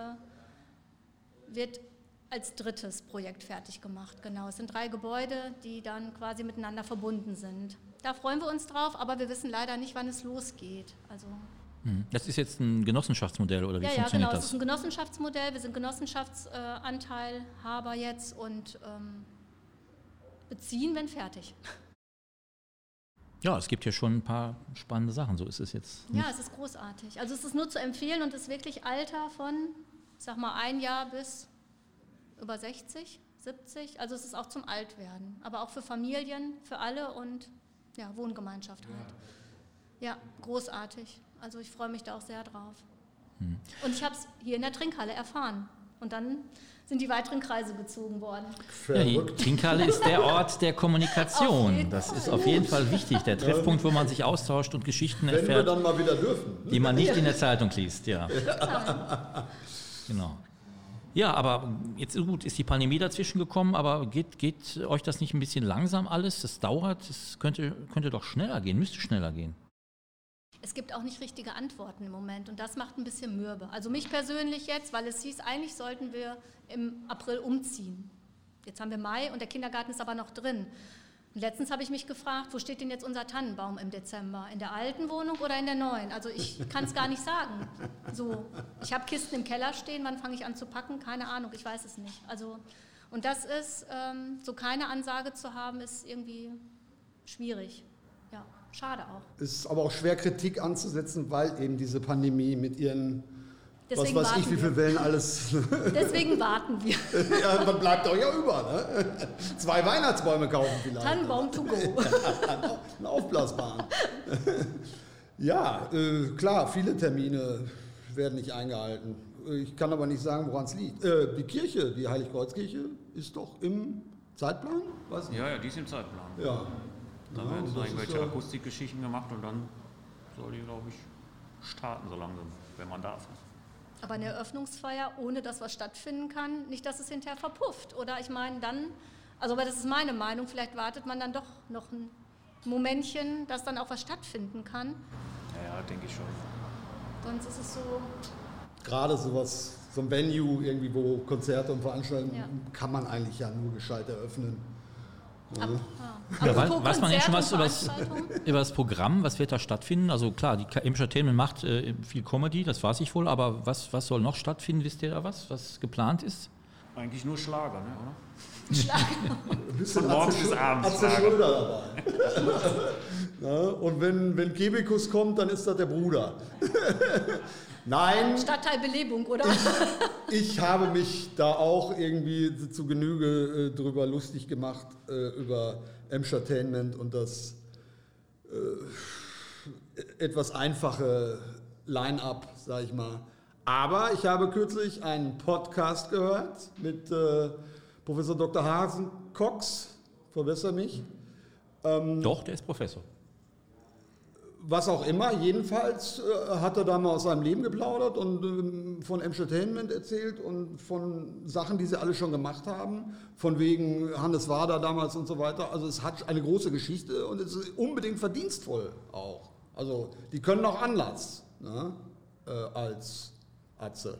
wird als drittes Projekt fertig gemacht. Genau, es sind 3 Gebäude, die dann quasi miteinander verbunden sind. Da freuen wir uns drauf, aber wir wissen leider nicht, wann es losgeht. Also Das ist jetzt ein Genossenschaftsmodell oder wie funktioniert genau, das? es ist ein Genossenschaftsmodell. Wir sind Genossenschaftsanteilhaber jetzt und beziehen, wenn fertig. Ja, es gibt ja schon ein paar spannende Sachen, so ist es jetzt nicht. Ja, es ist großartig. Also es ist nur zu empfehlen und es ist wirklich Alter von, ich sag mal, 1 Jahr bis über 60, 70. Also es ist auch zum Altwerden, aber auch für Familien, für alle und ja, Wohngemeinschaft halt. Ja, großartig. Also ich freue mich da auch sehr drauf. Und ich habe es hier in der Trinkhalle erfahren. Und dann sind die weiteren Kreise gezogen worden. Ja, die Trinkhalle ist der Ort der Kommunikation. Das ist auf jeden Fall wichtig, der Treffpunkt, wo man sich austauscht und Geschichten Wenn wir erfährt, dann mal wieder dürfen. die man nicht in der Zeitung liest. Ja. Genau. Ja, aber jetzt gut, ist die Pandemie dazwischen gekommen, aber geht euch das nicht ein bisschen langsam alles? Das dauert, es könnte doch schneller gehen, müsste schneller gehen. Es gibt auch nicht richtige Antworten im Moment und das macht ein bisschen mürbe. Also mich persönlich jetzt, weil es hieß, eigentlich sollten wir im April umziehen. Jetzt haben wir Mai und der Kindergarten ist aber noch drin. Und letztens habe ich mich gefragt, wo steht denn jetzt unser Tannenbaum im Dezember? In der alten Wohnung oder in der neuen? Also ich kann es gar nicht sagen. So, ich habe Kisten im Keller stehen, wann fange ich an zu packen? Keine Ahnung, ich weiß es nicht. Also, und das ist, so keine Ansage zu haben, ist irgendwie schwierig. Ja, schade auch. Ist aber auch schwer Kritik anzusetzen, weil eben diese Pandemie mit ihren, Deswegen was weiß ich, wie viele Wellen alles... Deswegen warten wir. Ja, man bleibt doch ja über, ne? 2 Weihnachtsbäume kaufen vielleicht. Tannenbaum to go. Einen aufblasbaren. Ja, klar, viele Termine werden nicht eingehalten. Ich kann aber nicht sagen, woran es liegt. Die Kirche, die Heiligkreuzkirche, ist doch im Zeitplan? Weiß nicht. Ja, die ist im Zeitplan. Ja. Da werden so irgendwelche Akustikgeschichten gemacht und dann soll die, glaube ich, starten so langsam, wenn man darf. Aber eine Eröffnungsfeier, ohne dass was stattfinden kann, nicht, dass es hinterher verpufft. Oder ich meine dann, also aber das ist meine Meinung, vielleicht wartet man dann doch noch ein Momentchen, dass dann auch was stattfinden kann. Ja, denke ich schon. Sonst ist es so... Gerade sowas, so ein Venue irgendwie, wo Konzerte und Veranstaltungen, kann man eigentlich ja nur gescheit eröffnen. Ja, weiß man jetzt schon was über das Programm, was wird da stattfinden? Also klar, die Entertainment macht viel Comedy, das weiß ich wohl, aber was soll noch stattfinden? Wisst ihr da was geplant ist? Eigentlich nur Schlager, ne, oder? Schlager. Von morgens bis abends. Atze Schröder dabei. Und wenn Kebekus kommt, dann ist das der Bruder. Nein. Stadtteilbelebung, oder? Ich habe mich da auch irgendwie zu Genüge drüber lustig gemacht, über Entertainment und das etwas einfache Line-up, sag ich mal. Aber ich habe kürzlich einen Podcast gehört mit Professor Dr. Hasen Cox, verbessere mich. Doch, der ist Professor. Was auch immer, jedenfalls hat er da mal aus seinem Leben geplaudert und von Entertainment erzählt und von Sachen, die sie alle schon gemacht haben, von wegen Hannes Wader damals und so weiter. Also es hat eine große Geschichte und es ist unbedingt verdienstvoll auch. Also die können auch Anlass, ne, als Atze.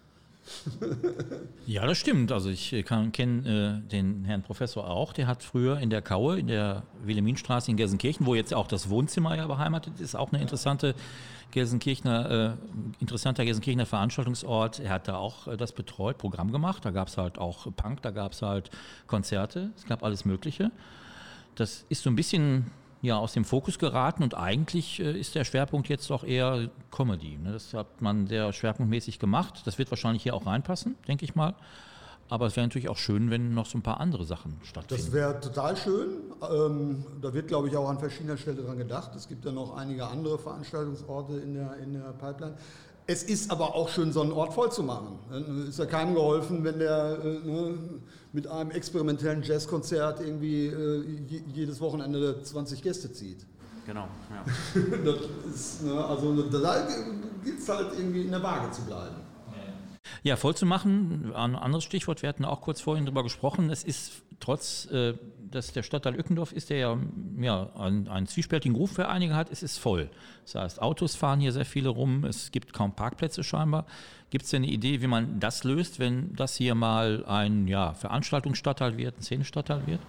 Ja, das stimmt. Also ich kenne den Herrn Professor auch. Der hat früher in der Kaue, in der Wilhelminstraße in Gelsenkirchen, wo jetzt auch das Wohnzimmer ja beheimatet ist, auch eine interessanter Gelsenkirchener Veranstaltungsort. Er hat da auch das betreut, Programm gemacht. Da gab es halt auch Punk, da gab es halt Konzerte. Es gab alles Mögliche. Das ist so ein bisschen aus dem Fokus geraten und eigentlich ist der Schwerpunkt jetzt doch eher Comedy. Ne? Das hat man sehr schwerpunktmäßig gemacht. Das wird wahrscheinlich hier auch reinpassen, denke ich mal. Aber es wäre natürlich auch schön, wenn noch so ein paar andere Sachen stattfinden. Das wäre total schön. Da wird, glaube ich, auch an verschiedener Stelle dran gedacht. Es gibt ja noch einige andere Veranstaltungsorte in der Pipeline. Es ist aber auch schön, so einen Ort voll zu machen. Ist ja keinem geholfen, wenn der mit einem experimentellen Jazzkonzert irgendwie jedes Wochenende 20 Gäste zieht. Genau, ja. Das ist, also da gilt es halt irgendwie in der Waage zu bleiben. Ja, voll zu machen, ein anderes Stichwort, wir hatten auch kurz vorhin darüber gesprochen, es ist trotz, dass der Stadtteil Ückendorf ist, der ja einen zwiespältigen Ruf für einige hat, es ist voll. Das heißt, Autos fahren hier sehr viele rum, es gibt kaum Parkplätze scheinbar. Gibt es denn eine Idee, wie man das löst, wenn das hier mal ein Veranstaltungsstadtteil wird, ein Szenestadtteil wird?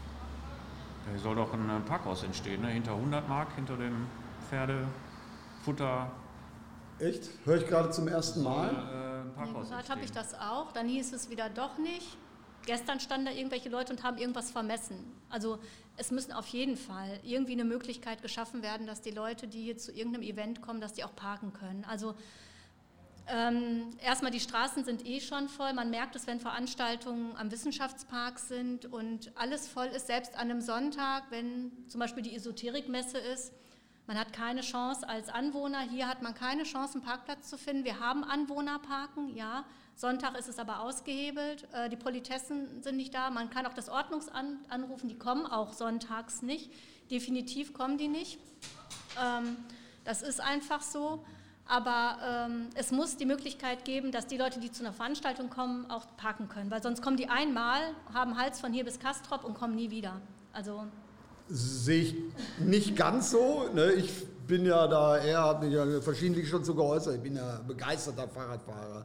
Da soll doch ein Parkhaus entstehen, ne? Hinter 100 Mark, hinter dem Pferdefutter. Echt? Höre ich gerade zum ersten Mal? Gehört habe ich das auch, dann hieß es wieder doch nicht. Gestern standen da irgendwelche Leute und haben irgendwas vermessen. Also es müssen auf jeden Fall irgendwie eine Möglichkeit geschaffen werden, dass die Leute, die hier zu irgendeinem Event kommen, dass die auch parken können. Also erstmal, die Straßen sind schon voll. Man merkt es, wenn Veranstaltungen am Wissenschaftspark sind und alles voll ist, selbst an einem Sonntag, wenn zum Beispiel die Esoterikmesse ist. Man hat keine Chance als Anwohner, hier hat man keine Chance, einen Parkplatz zu finden. Wir haben Anwohnerparken, ja. Sonntag ist es aber ausgehebelt. Die Politessen sind nicht da. Man kann auch das Ordnungsamt anrufen, die kommen auch sonntags nicht. Definitiv kommen die nicht. Das ist einfach so. Aber es muss die Möglichkeit geben, dass die Leute, die zu einer Veranstaltung kommen, auch parken können. Weil sonst kommen die einmal, haben Hals von hier bis Kastrop und kommen nie wieder. Also sehe ich nicht ganz so. Ne? Ich bin ja da eher, habe mich ja verschiedentlich schon so geäußert, ich bin ja begeisterter Fahrradfahrer,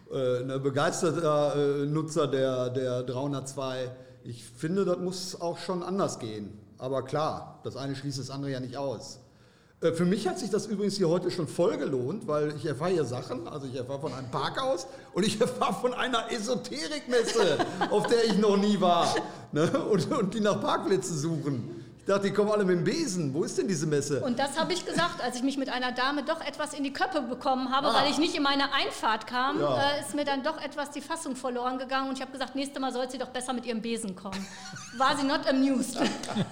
begeisterter Nutzer der 302. Ich finde, das muss auch schon anders gehen. Aber klar, das eine schließt das andere ja nicht aus. Für mich hat sich das übrigens hier heute schon voll gelohnt, weil ich erfahre hier Sachen, also ich erfahre von einem Parkhaus und ich erfahre von einer Esoterikmesse, auf der ich noch nie war, ne? und die nach Parkplätzen suchen. Ich dachte, die kommen alle mit dem Besen. Wo ist denn diese Messe? Und das habe ich gesagt, als ich mich mit einer Dame doch etwas in die Köppe bekommen habe, weil ich nicht in meine Einfahrt kam, ist mir dann doch etwas die Fassung verloren gegangen und ich habe gesagt, nächstes Mal soll sie doch besser mit ihrem Besen kommen. War sie not amused?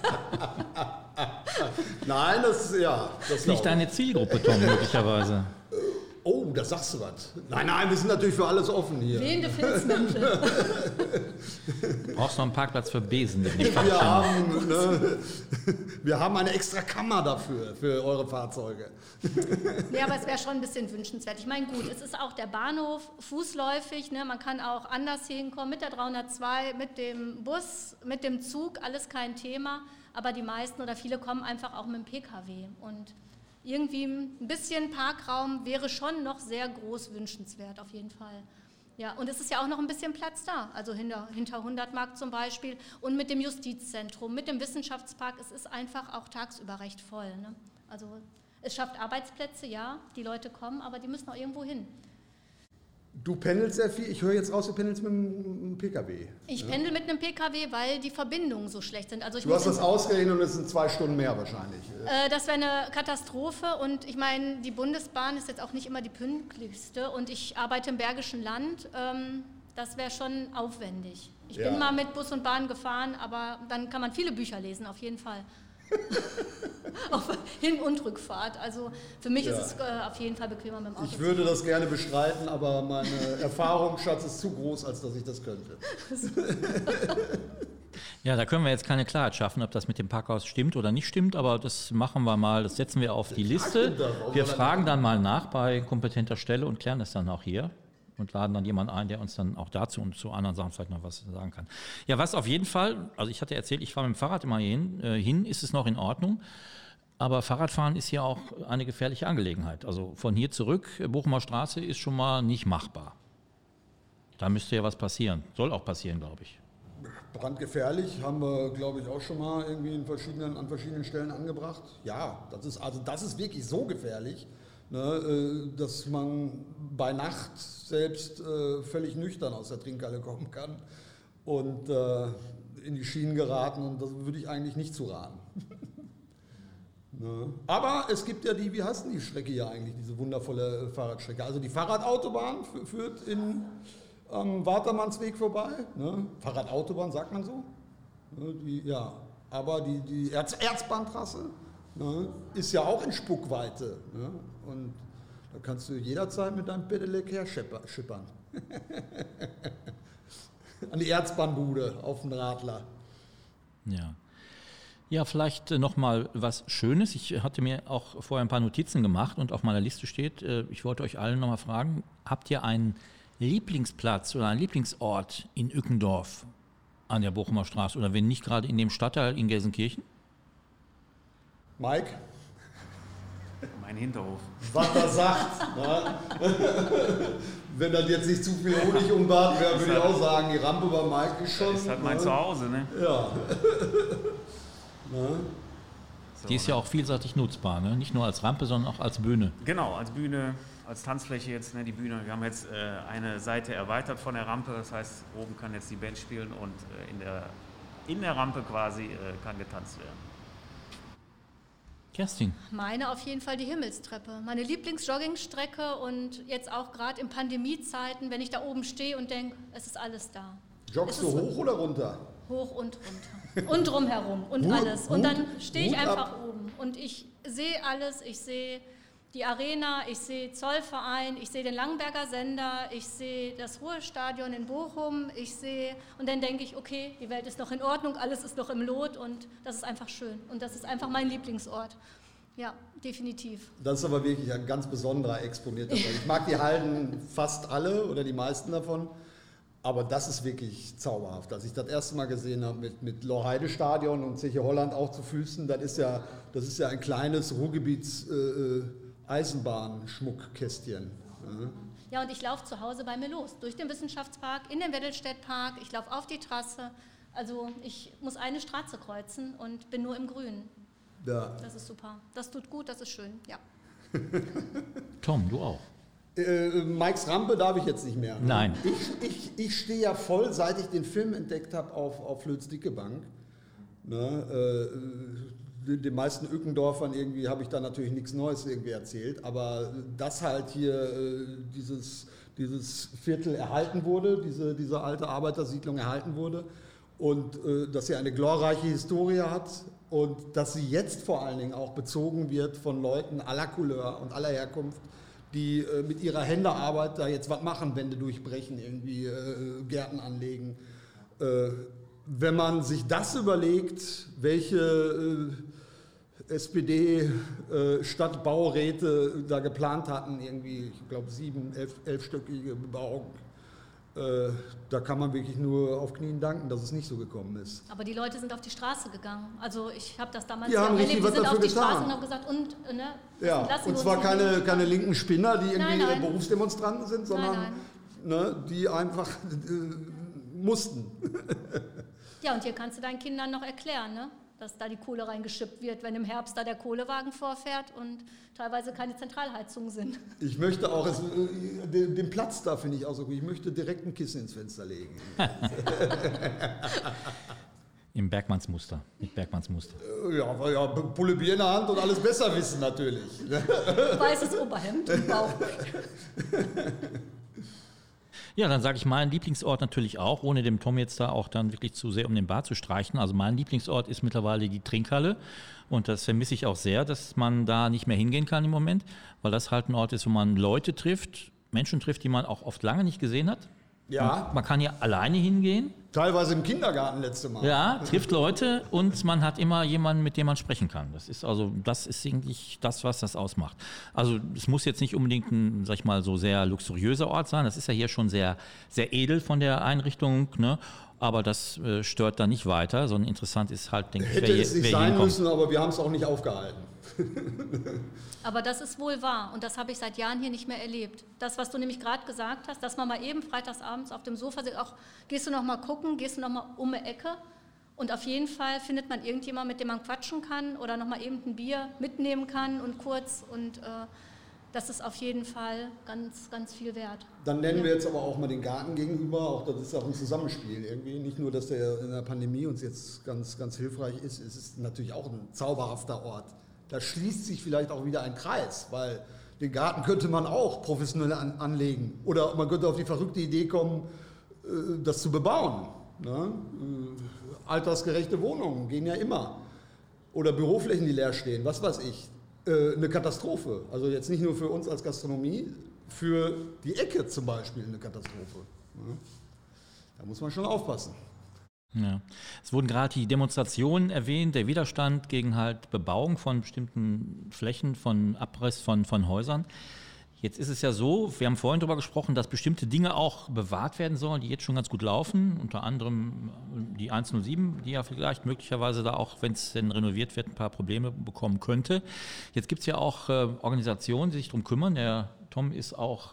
Nein, das ist nicht deine Zielgruppe, Tom, möglicherweise. Oh, da sagst du was. Nein, wir sind natürlich für alles offen hier. Wehende Filzmäntel. Du brauchst noch einen Parkplatz für Besen. Wir haben eine extra Kammer dafür, für eure Fahrzeuge. Nee, aber es wäre schon ein bisschen wünschenswert. Ich meine, gut, es ist auch der Bahnhof fußläufig. Ne? Man kann auch anders hinkommen mit der 302, mit dem Bus, mit dem Zug, alles kein Thema. Aber die meisten oder viele kommen einfach auch mit dem PKW. Und irgendwie ein bisschen Parkraum wäre schon noch sehr groß wünschenswert, auf jeden Fall. Ja, und es ist ja auch noch ein bisschen Platz da, also hinter 100 Markt zum Beispiel und mit dem Justizzentrum, mit dem Wissenschaftspark, es ist einfach auch tagsüber recht voll. Ne? Also es schafft Arbeitsplätze, ja, die Leute kommen, aber die müssen auch irgendwo hin. Du pendelst sehr viel. Ich höre jetzt raus, du pendelst mit einem PKW. Ich pendel mit einem PKW, weil die Verbindungen so schlecht sind. Also du hast das ausgerechnet und es sind 2 Stunden mehr wahrscheinlich. Das wäre eine Katastrophe und ich meine, die Bundesbahn ist jetzt auch nicht immer die pünktlichste und ich arbeite im Bergischen Land. Das wäre schon aufwendig. Ich bin mal mit Bus und Bahn gefahren, aber dann kann man viele Bücher lesen, auf jeden Fall. Auf Hin- und Rückfahrt. Also für mich ist es auf jeden Fall bequemer mit dem Auto. Ich würde das gerne bestreiten, aber meine Erfahrung, Schatz, ist zu groß, als dass ich das könnte. Ja, da können wir jetzt keine Klarheit schaffen, ob das mit dem Parkhaus stimmt oder nicht stimmt, aber das machen wir mal, das setzen wir auf die Liste. Wir fragen dann mal nach bei kompetenter Stelle und klären das dann auch hier. Und laden dann jemanden ein, der uns dann auch dazu und zu anderen Sachen vielleicht noch was sagen kann. Ja, was auf jeden Fall, also ich hatte erzählt, ich fahre mit dem Fahrrad immer hin, ist es noch in Ordnung. Aber Fahrradfahren ist ja auch eine gefährliche Angelegenheit. Also von hier zurück, Bochumer Straße, ist schon mal nicht machbar. Da müsste ja was passieren. Soll auch passieren, glaube ich. Brandgefährlich, haben wir, glaube ich, auch schon mal irgendwie an verschiedenen Stellen angebracht. Ja, das ist wirklich so gefährlich, ne, dass man bei Nacht selbst völlig nüchtern aus der Trinkhalle kommen kann und in die Schienen geraten, und das würde ich eigentlich nicht zu raten. Ne. Aber es gibt ja wie heißt denn die Strecke hier eigentlich, diese wundervolle Fahrradstrecke? Also die Fahrradautobahn führt am Watermannsweg vorbei. Ne? Fahrradautobahn, sagt man so? Ne, aber die Erzbahntrasse, ne, ist ja auch in Spuckweite. Ne? Und da kannst du jederzeit mit deinem Pedelec her schippern. An die Erzbahnbude auf den Radler. Ja. Ja, vielleicht nochmal was Schönes. Ich hatte mir auch vorher ein paar Notizen gemacht und auf meiner Liste steht, ich wollte euch allen nochmal fragen, habt ihr einen Lieblingsplatz oder einen Lieblingsort in Ückendorf an der Bochumer Straße oder wenn nicht gerade in dem Stadtteil in Gelsenkirchen? Mike? Mein Hinterhof. Was er sagt. Ne? Wenn das jetzt nicht zu viel Honig umbaden wäre, würde ich auch sagen, die Rampe bei Mike ist schon... Das ist halt mein Zuhause, ne? Ja. Ne? Die ist ja auch vielseitig nutzbar, ne? Nicht nur als Rampe, sondern auch als Bühne. Genau, als Bühne, als Tanzfläche jetzt, ne, die Bühne. Wir haben jetzt eine Seite erweitert von der Rampe, das heißt, oben kann jetzt die Band spielen und in der Rampe quasi kann getanzt werden. Kerstin? Meine auf jeden Fall die Himmelstreppe. Meine Lieblingsjoggingstrecke und jetzt auch gerade in Pandemiezeiten, wenn ich da oben stehe und denke, es ist alles da. Joggst du hoch oder runter? Hoch und runter. Und drumherum und alles. Und dann stehe ich einfach oben und ich sehe alles. Ich sehe die Arena, ich sehe Zollverein, ich sehe den Langenberger Sender, ich sehe das Ruhestadion in Bochum, und dann denke ich, okay, die Welt ist noch in Ordnung, alles ist noch im Lot und das ist einfach schön. Und das ist einfach mein Lieblingsort. Ja, definitiv. Das ist aber wirklich ein ganz besonderer, exponierter Ort. Ich mag die Hallen fast alle oder die meisten davon. Aber das ist wirklich zauberhaft. Als ich das erste Mal gesehen habe mit Lorheide-Stadion und Zeche Holland auch zu Füßen, das ist ja ein kleines Ruhrgebiets-Eisenbahnschmuckkästchen. Ja, und ich laufe zu Hause bei mir los, durch den Wissenschaftspark, in den Weddelstädtpark, ich laufe auf die Trasse. Also ich muss eine Straße kreuzen und bin nur im Grünen. Ja. Das ist super. Das tut gut, das ist schön, ja. Tom, du auch. Mikes Rampe darf ich jetzt nicht mehr. Ne? Nein. Ich stehe ja voll, seit ich den Film entdeckt habe, auf Flöz Dicke Bank. Ne? den meisten Ückendorfern irgendwie habe ich da natürlich nichts Neues irgendwie erzählt, aber dass halt hier dieses Viertel erhalten wurde, diese alte Arbeitersiedlung erhalten wurde und dass sie eine glorreiche Historie hat und dass sie jetzt vor allen Dingen auch bezogen wird von Leuten aller Couleur und aller Herkunft, die mit ihrer Händearbeit da jetzt was machen, Wände durchbrechen, irgendwie Gärten anlegen. Wenn man sich das überlegt, welche SPD-Stadtbauräte da geplant hatten, irgendwie, ich glaube 11-stöckige Bebauung, da kann man wirklich nur auf Knien danken, dass es nicht so gekommen ist. Aber die Leute sind auf die Straße gegangen. Also ich habe das damals erlebt, die sind auf die Straße und haben gesagt, ne? Ja, und zwar keine linken Spinner, die irgendwie nein. Berufsdemonstranten sind, sondern ne, die einfach mussten. Ja, und hier kannst du deinen Kindern noch erklären, ne? Dass da die Kohle reingeschippt wird, wenn im Herbst da der Kohlewagen vorfährt und teilweise keine Zentralheizungen sind. Ich möchte auch, den Platz da finde ich auch so gut, ich möchte direkt ein Kissen ins Fenster legen. Im Bergmannsmuster, mit Bergmannsmuster. Ja, Pulle Bier in der Hand und alles besser wissen natürlich. Weißes Oberhemd im Bauch. Ja, dann sage ich meinen Lieblingsort natürlich auch, ohne dem Tom jetzt da auch dann wirklich zu sehr um den Bart zu streichen. Also mein Lieblingsort ist mittlerweile die Trinkhalle und das vermisse ich auch sehr, dass man da nicht mehr hingehen kann im Moment, weil das halt ein Ort ist, wo man Leute trifft, Menschen trifft, die man auch oft lange nicht gesehen hat. Ja. Man kann hier alleine hingehen. Teilweise im Kindergarten letzte Mal. Ja, trifft Leute und man hat immer jemanden, mit dem man sprechen kann. Das ist eigentlich das, was das ausmacht. Also es muss jetzt nicht unbedingt ein, sag ich mal, so sehr luxuriöser Ort sein. Das ist ja hier schon sehr, sehr edel von der Einrichtung, ne? Aber das stört da nicht weiter, sondern interessant ist halt, denke ich, Hätte es nicht sein müssen, aber wir haben es auch nicht aufgehalten. Aber das ist wohl wahr und das habe ich seit Jahren hier nicht mehr erlebt. Das, was du nämlich gerade gesagt hast, dass man mal eben freitagsabends auf dem Sofa sitzt, auch gehst du noch mal gucken, gehst du noch mal um eine Ecke und auf jeden Fall findet man irgendjemanden, mit dem man quatschen kann oder noch mal eben ein Bier mitnehmen kann und kurz und das ist auf jeden Fall ganz, ganz viel wert. Dann nennen wir jetzt aber auch mal den Garten gegenüber, auch das ist auch ein Zusammenspiel irgendwie. Nicht nur, dass der in der Pandemie uns jetzt ganz, ganz hilfreich ist, es ist natürlich auch ein zauberhafter Ort. Da schließt sich vielleicht auch wieder ein Kreis, weil den Garten könnte man auch professionell anlegen. Oder man könnte auf die verrückte Idee kommen, das zu bebauen. Ne? Altersgerechte Wohnungen gehen ja immer. Oder Büroflächen, die leer stehen, was weiß ich. Eine Katastrophe. Also jetzt nicht nur für uns als Gastronomie, für die Ecke zum Beispiel eine Katastrophe. Ne? Da muss man schon aufpassen. Ja. Es wurden gerade die Demonstrationen erwähnt, der Widerstand gegen halt Bebauung von bestimmten Flächen, von Abriss von Häusern. Jetzt ist es ja so, wir haben vorhin darüber gesprochen, dass bestimmte Dinge auch bewahrt werden sollen, die jetzt schon ganz gut laufen, unter anderem die 107, die ja vielleicht möglicherweise da auch, wenn es denn renoviert wird, ein paar Probleme bekommen könnte. Jetzt gibt es ja auch Organisationen, die sich darum kümmern. Der Tom ist auch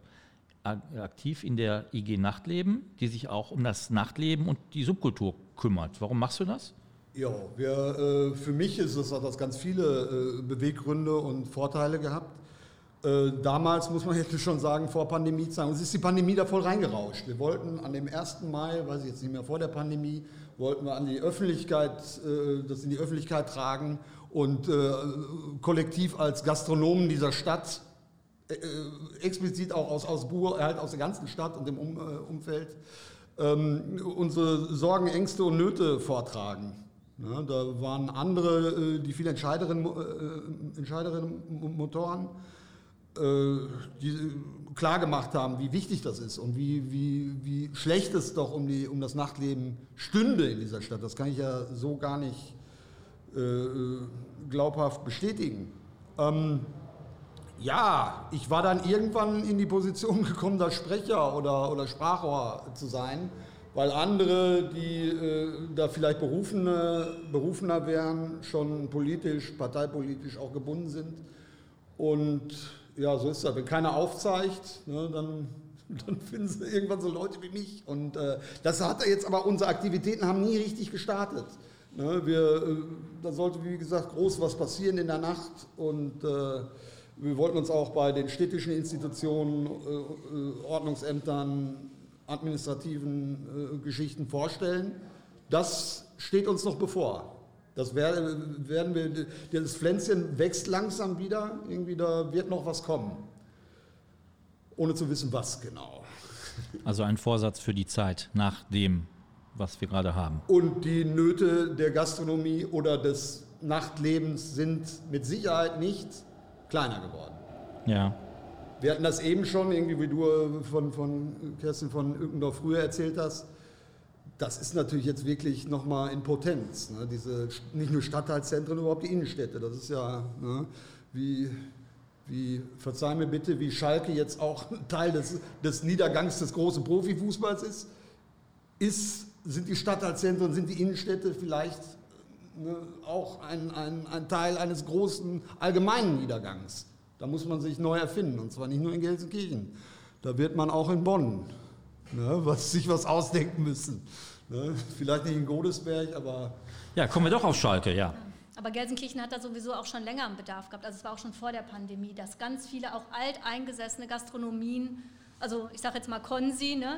aktiv in der IG Nachtleben, die sich auch um das Nachtleben und die Subkultur kümmert. Warum machst du das? Ja, für mich hat das ganz viele Beweggründe und Vorteile gehabt. Damals, muss man jetzt schon sagen, vor Pandemiezeiten, uns ist die Pandemie da voll reingerauscht. Wir wollten an dem 1. Mai, weiß ich jetzt nicht mehr, vor der Pandemie, wollten wir an die Öffentlichkeit, das in die Öffentlichkeit tragen und kollektiv als Gastronomen dieser Stadt explizit auch aus Buhr, halt aus der ganzen Stadt und dem Umfeld, unsere Sorgen, Ängste und Nöte vortragen. Ja, da waren andere, die viel entscheidenderen Motoren, die klar gemacht haben, wie wichtig das ist und wie schlecht es doch um das Nachtleben stünde in dieser Stadt. Das kann ich ja so gar nicht glaubhaft bestätigen. Ja, ich war dann irgendwann in die Position gekommen, da Sprecher oder Sprachrohr zu sein, weil andere, die da vielleicht berufener wären, schon politisch, parteipolitisch auch gebunden sind. Und ja, so ist das. Wenn keiner aufzeigt, ne, dann finden sie irgendwann so Leute wie mich. Und das hat jetzt aber, unsere Aktivitäten haben nie richtig gestartet. Ne, da sollte, wie gesagt, groß was passieren in der Nacht und wir wollten uns auch bei den städtischen Institutionen, Ordnungsämtern, administrativen Geschichten vorstellen. Das steht uns noch bevor. Das werden wir, das Pflänzchen wächst langsam wieder, irgendwie da wird noch was kommen. Ohne zu wissen, was genau. Also ein Vorsatz für die Zeit nach dem, was wir gerade haben. Und die Nöte der Gastronomie oder des Nachtlebens sind mit Sicherheit nicht kleiner geworden. Ja. Wir hatten das eben schon, irgendwie wie du von Kerstin von Ückendorf früher erzählt hast. Das ist natürlich jetzt wirklich nochmal in Potenz. Ne? Diese, nicht nur Stadtteilzentren, überhaupt die Innenstädte. Das ist ja, ne, verzeih mir bitte, wie Schalke jetzt auch Teil des Niedergangs des großen Profifußballs ist, sind die Stadtteilzentren, sind die Innenstädte vielleicht auch ein Teil eines großen allgemeinen Niedergangs. Da muss man sich neu erfinden, und zwar nicht nur in Gelsenkirchen. Da wird man auch in Bonn sich was ausdenken müssen. Ne? Vielleicht nicht in Godesberg, aber... Ja, kommen wir doch auf Schalke, ja. Aber Gelsenkirchen hat da sowieso auch schon länger einen Bedarf gehabt. Also es war auch schon vor der Pandemie, dass ganz viele auch alteingesessene Gastronomien, also ich sage jetzt mal Konsi, ne?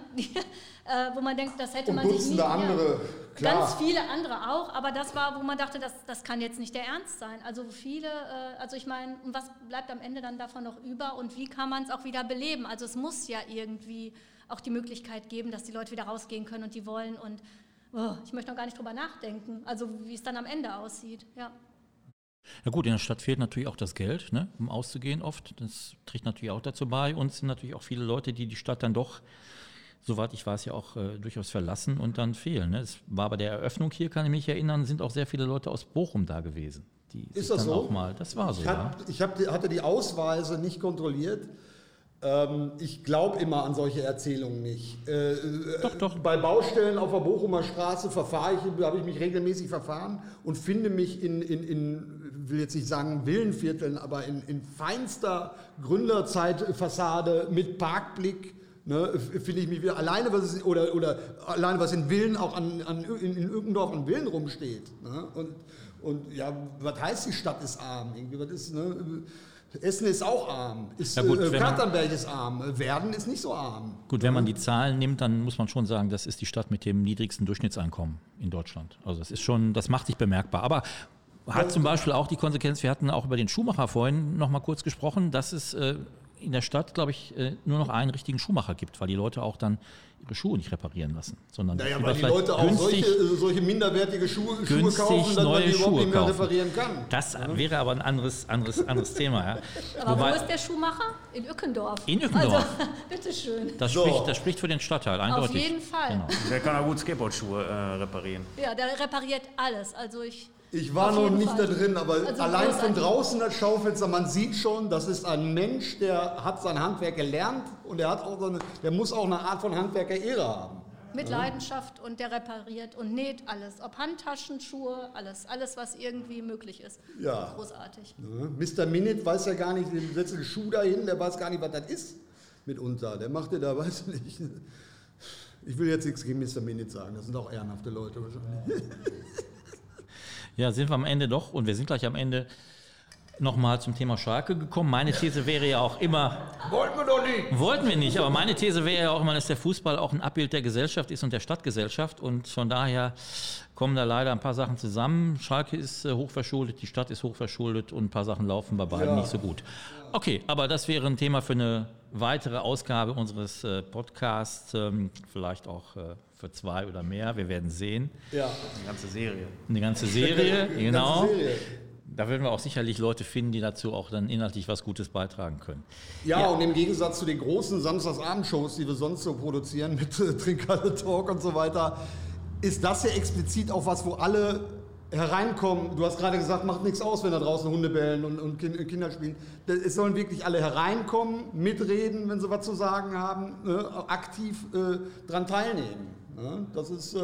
Wo man denkt, das hätte man sich nie... andere, klar. Ganz viele andere auch, aber das war, wo man dachte, das kann jetzt nicht der Ernst sein. Also viele, also ich meine, und was bleibt am Ende dann davon noch über und wie kann man es auch wieder beleben? Also es muss ja irgendwie auch die Möglichkeit geben, dass die Leute wieder rausgehen können und die wollen und ich möchte noch gar nicht drüber nachdenken, also wie es dann am Ende aussieht, ja. Ja gut, in der Stadt fehlt natürlich auch das Geld, ne, um auszugehen oft. Das trägt natürlich auch dazu bei. Und es sind natürlich auch viele Leute, die die Stadt dann doch, soweit ich weiß, ja auch durchaus verlassen und dann fehlen. Ne. Es war bei der Eröffnung hier, kann ich mich erinnern, sind auch sehr viele Leute aus Bochum da gewesen. Die ist das dann so? Auch mal, das war so, Ich hatte die Ausweise nicht kontrolliert. Ich glaube immer an solche Erzählungen nicht. Doch. Bei Baustellen auf der Bochumer Straße habe ich mich regelmäßig verfahren und finde mich will jetzt nicht sagen Villenvierteln, aber in feinster Gründerzeitfassade mit Parkblick. Ne, finde ich mich wieder alleine, alleine was in Villen auch in Ückendorf an Villen rumsteht. Ne? Und ja, was heißt die Stadt ist arm? Irgendwie, was ist, ne? Essen ist auch arm, Katernberg ist arm, Werden ist nicht so arm. Gut, wenn man die Zahlen nimmt, dann muss man schon sagen, das ist die Stadt mit dem niedrigsten Durchschnittseinkommen in Deutschland. Also das macht sich bemerkbar. Aber hat zum Beispiel auch die Konsequenz, wir hatten auch über den Schuhmacher vorhin noch mal kurz gesprochen, dass es in der Stadt, glaube ich, nur noch einen richtigen Schuhmacher gibt, weil die Leute auch dann ihre Schuhe nicht reparieren lassen, sondern weil die Leute auch solche minderwertige Schuhe kaufen, dass man die überhaupt nicht mehr reparieren kann. Das wäre aber ein anderes Thema. Ja. Aber wo ist der Schuhmacher? In Ückendorf. In Ückendorf. Also, bitteschön. Das spricht für den Stadtteil, eindeutig. Auf jeden Fall. Genau. Der kann auch gut Skateboardschuhe reparieren. Ja, der repariert alles. Also ich war noch nicht da drin, aber also allein von draußen das Schaufenster, man sieht schon, das ist ein Mensch, der hat sein Handwerk gelernt und der muss auch eine Art von Handwerker-Ehre haben. Mit Leidenschaft und der repariert und näht alles. Ob Handtaschen, Schuhe, alles, was irgendwie möglich ist. Ja. Großartig. Ja. Mr. Minute weiß ja gar nicht, der setzt einen Schuh dahin, der weiß gar nicht, was das ist mitunter. Der macht ja da, weiß ich nicht. Ich will jetzt nichts gegen Mr. Minute sagen, das sind auch ehrenhafte Leute wahrscheinlich. Ja, sind wir am Ende doch, und wir sind gleich am Ende nochmal zum Thema Schalke gekommen. Meine These wäre ja auch immer... Wollten wir doch nicht! Wollten wir nicht, aber meine These wäre ja auch immer, dass der Fußball auch ein Abbild der Gesellschaft ist und der Stadtgesellschaft, und von daher kommen da leider ein paar Sachen zusammen. Schalke ist hochverschuldet, die Stadt ist hochverschuldet und ein paar Sachen laufen bei beiden nicht so gut. Okay, aber das wäre ein Thema für eine weitere Ausgabe unseres Podcasts, vielleicht auch für 2 oder mehr, wir werden sehen. Ja. Eine ganze Serie. Eine ganze Serie, genau. Da werden wir auch sicherlich Leute finden, die dazu auch dann inhaltlich was Gutes beitragen können. Ja, und im Gegensatz zu den großen Samstagsabendshows, die wir sonst so produzieren mit Trinkhalle Talk und so weiter, ist das ja explizit auch was, wo alle hereinkommen. Du hast gerade gesagt, macht nichts aus, wenn da draußen Hunde bellen und Kinder spielen. Es sollen wirklich alle hereinkommen, mitreden, wenn sie was zu sagen haben, aktiv dran teilnehmen. Das ist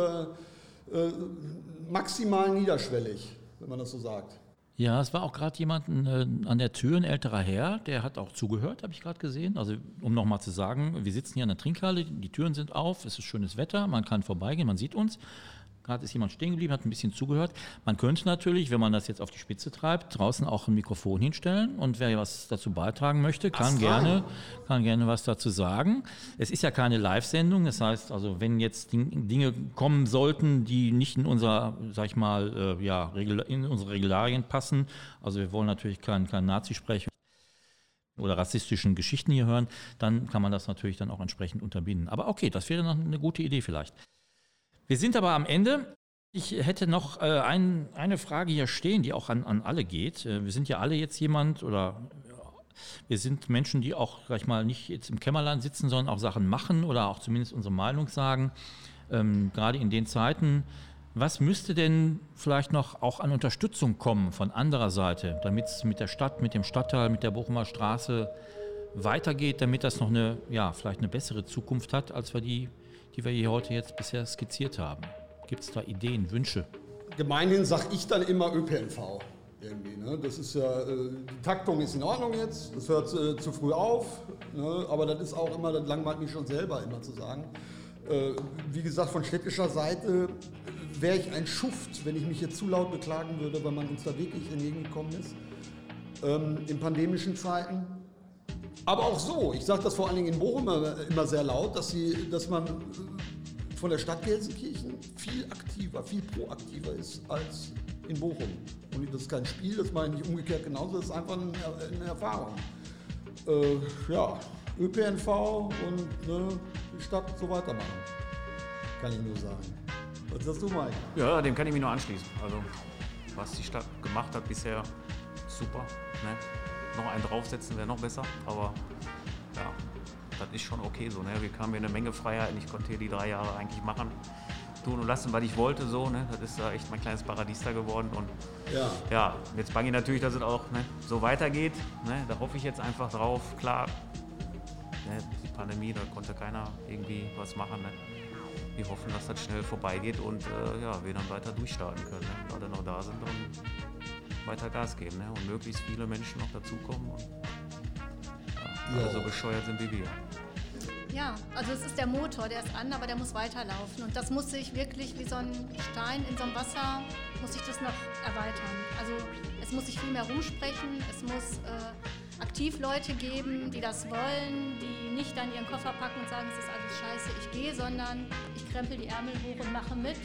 maximal niederschwellig, wenn man das so sagt. Ja, es war auch gerade jemand an der Tür, ein älterer Herr, der hat auch zugehört, habe ich gerade gesehen. Also um nochmal zu sagen, wir sitzen hier in der Trinkhalle, die Türen sind auf, es ist schönes Wetter, man kann vorbeigehen, man sieht uns. Gerade ist jemand stehen geblieben, hat ein bisschen zugehört. Man könnte natürlich, wenn man das jetzt auf die Spitze treibt, draußen auch ein Mikrofon hinstellen und wer was dazu beitragen möchte, kann gerne was dazu sagen. Es ist ja keine Live-Sendung, das heißt, also wenn jetzt Dinge kommen sollten, die nicht in unser, sag ich mal, in unsere Regularien passen, also wir wollen natürlich kein Nazi-Sprech oder rassistischen Geschichten hier hören, dann kann man das natürlich dann auch entsprechend unterbinden. Aber okay, das wäre noch eine gute Idee vielleicht. Wir sind aber am Ende. Ich hätte noch eine Frage hier stehen, die auch an alle geht. Wir sind ja alle jetzt jemand oder wir sind Menschen, die auch gleich mal nicht jetzt im Kämmerlein sitzen, sondern auch Sachen machen oder auch zumindest unsere Meinung sagen. Gerade in den Zeiten, was müsste denn vielleicht noch auch an Unterstützung kommen von anderer Seite, damit es mit der Stadt, mit dem Stadtteil, mit der Bochumer Straße weitergeht, damit das noch vielleicht eine bessere Zukunft hat, als wir die wir hier heute jetzt bisher skizziert haben? Gibt es da Ideen, Wünsche? Gemeinhin sage ich dann immer ÖPNV. Irgendwie, ne? Das ist ja, die Taktung ist in Ordnung jetzt, das hört zu früh auf, ne? Aber das ist auch immer, das langweilt mich schon selber immer zu sagen. Wie gesagt, von städtischer Seite wäre ich ein Schuft, wenn ich mich jetzt zu laut beklagen würde, weil man uns da wirklich entgegengekommen ist, in pandemischen Zeiten. Aber auch so, ich sage das vor allen Dingen in Bochum immer sehr laut, dass man von der Stadt Gelsenkirchen viel aktiver, viel proaktiver ist als in Bochum. Und das ist kein Spiel, das meine ich nicht umgekehrt genauso, das ist einfach eine Erfahrung. ÖPNV und die Stadt so weitermachen, kann ich nur sagen. Was sagst du, Mike? Ja, dem kann ich mich nur anschließen. Also, was die Stadt gemacht hat bisher, super. Ne? Noch einen draufsetzen wäre noch besser, aber ja, das ist schon okay so. Ne? Wir kamen hier eine Menge Freiheiten, ich konnte hier die 3 Jahre eigentlich machen, tun und lassen, was ich wollte. So, ne? Das ist echt mein kleines Paradies da geworden. Und ja, jetzt bange ich natürlich, dass es auch so weitergeht. Ne? Da hoffe ich jetzt einfach drauf. Klar, die Pandemie, da konnte keiner irgendwie was machen. Ne? Wir hoffen, dass das schnell vorbeigeht und wir dann weiter durchstarten können. Ne? Gerade noch da sind und weiter Gas geben, ne? Und möglichst viele Menschen noch dazukommen und alle so bescheuert sind wie wir. Ja, also es ist der Motor, der ist an, aber der muss weiterlaufen und das muss sich wirklich wie so ein Stein in so einem Wasser, muss sich das noch erweitern. Also es muss sich viel mehr rumsprechen, es muss aktiv Leute geben, die das wollen, die nicht dann ihren Koffer packen und sagen, es ist alles scheiße, ich gehe, sondern ich krempel die Ärmel hoch und mache mit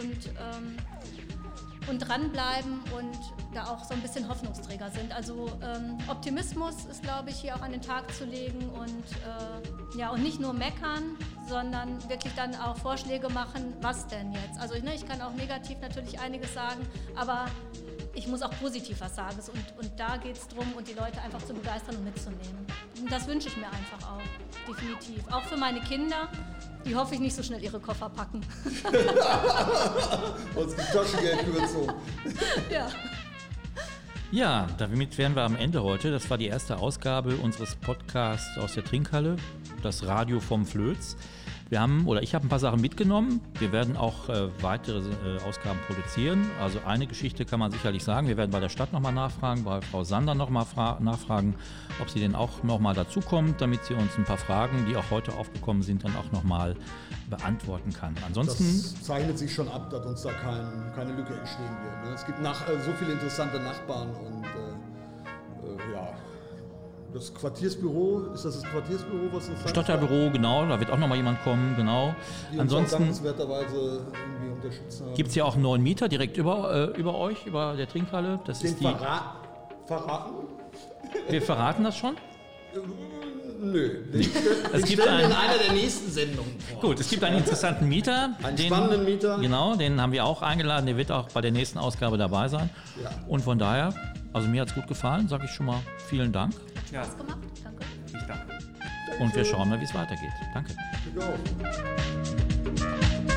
und dranbleiben und da auch so ein bisschen Hoffnungsträger sind. Also Optimismus ist, glaube ich, hier auch an den Tag zu legen und nicht nur meckern, sondern wirklich dann auch Vorschläge machen, was denn jetzt. Also ich kann auch negativ natürlich einiges sagen, aber ich muss auch positiv was sagen und da geht es darum, und die Leute einfach zu begeistern und mitzunehmen. Und das wünsche ich mir einfach auch, definitiv. Auch für meine Kinder, die hoffe ich nicht so schnell ihre Koffer packen. Uns die Taschengeld überzogen. Ja. Ja, damit wären wir am Ende heute. Das war die erste Ausgabe unseres Podcasts aus der Trinkhalle, das Radio vom Flöz. Ich habe ein paar Sachen mitgenommen. Wir werden auch weitere Ausgaben produzieren. Also eine Geschichte kann man sicherlich sagen. Wir werden bei der Stadt nochmal nachfragen, bei Frau Sander nochmal nachfragen, ob sie denn auch nochmal dazukommt, damit sie uns ein paar Fragen, die auch heute aufgekommen sind, dann auch nochmal beantworten kann. Ansonsten das zeichnet sich schon ab, dass uns da keine Lücke entstehen wird. Ne? Es gibt so viele interessante Nachbarn und das Quartiersbüro, ist das Quartiersbüro, was uns Stadtteilbüro, genau, da wird auch nochmal jemand kommen, genau. Die Ansonsten uns dankenswerterweise irgendwie unterstützen. Gibt es hier auch einen neuen Mieter direkt über euch, über der Trinkhalle. Das Den ist die. Verraten? Wir verraten das schon? Nö. Es gibt in einer der nächsten Sendungen vor. Gut, es gibt einen interessanten Mieter. Einen spannenden Mieter. Genau, den haben wir auch eingeladen. Der wird auch bei der nächsten Ausgabe dabei sein. Ja. Und von daher, also mir hat es gut gefallen, sage ich schon mal vielen Dank. Hat Spaß gemacht, danke. Ich danke. Und wir schauen mal, wie es weitergeht. Danke. Ich auch.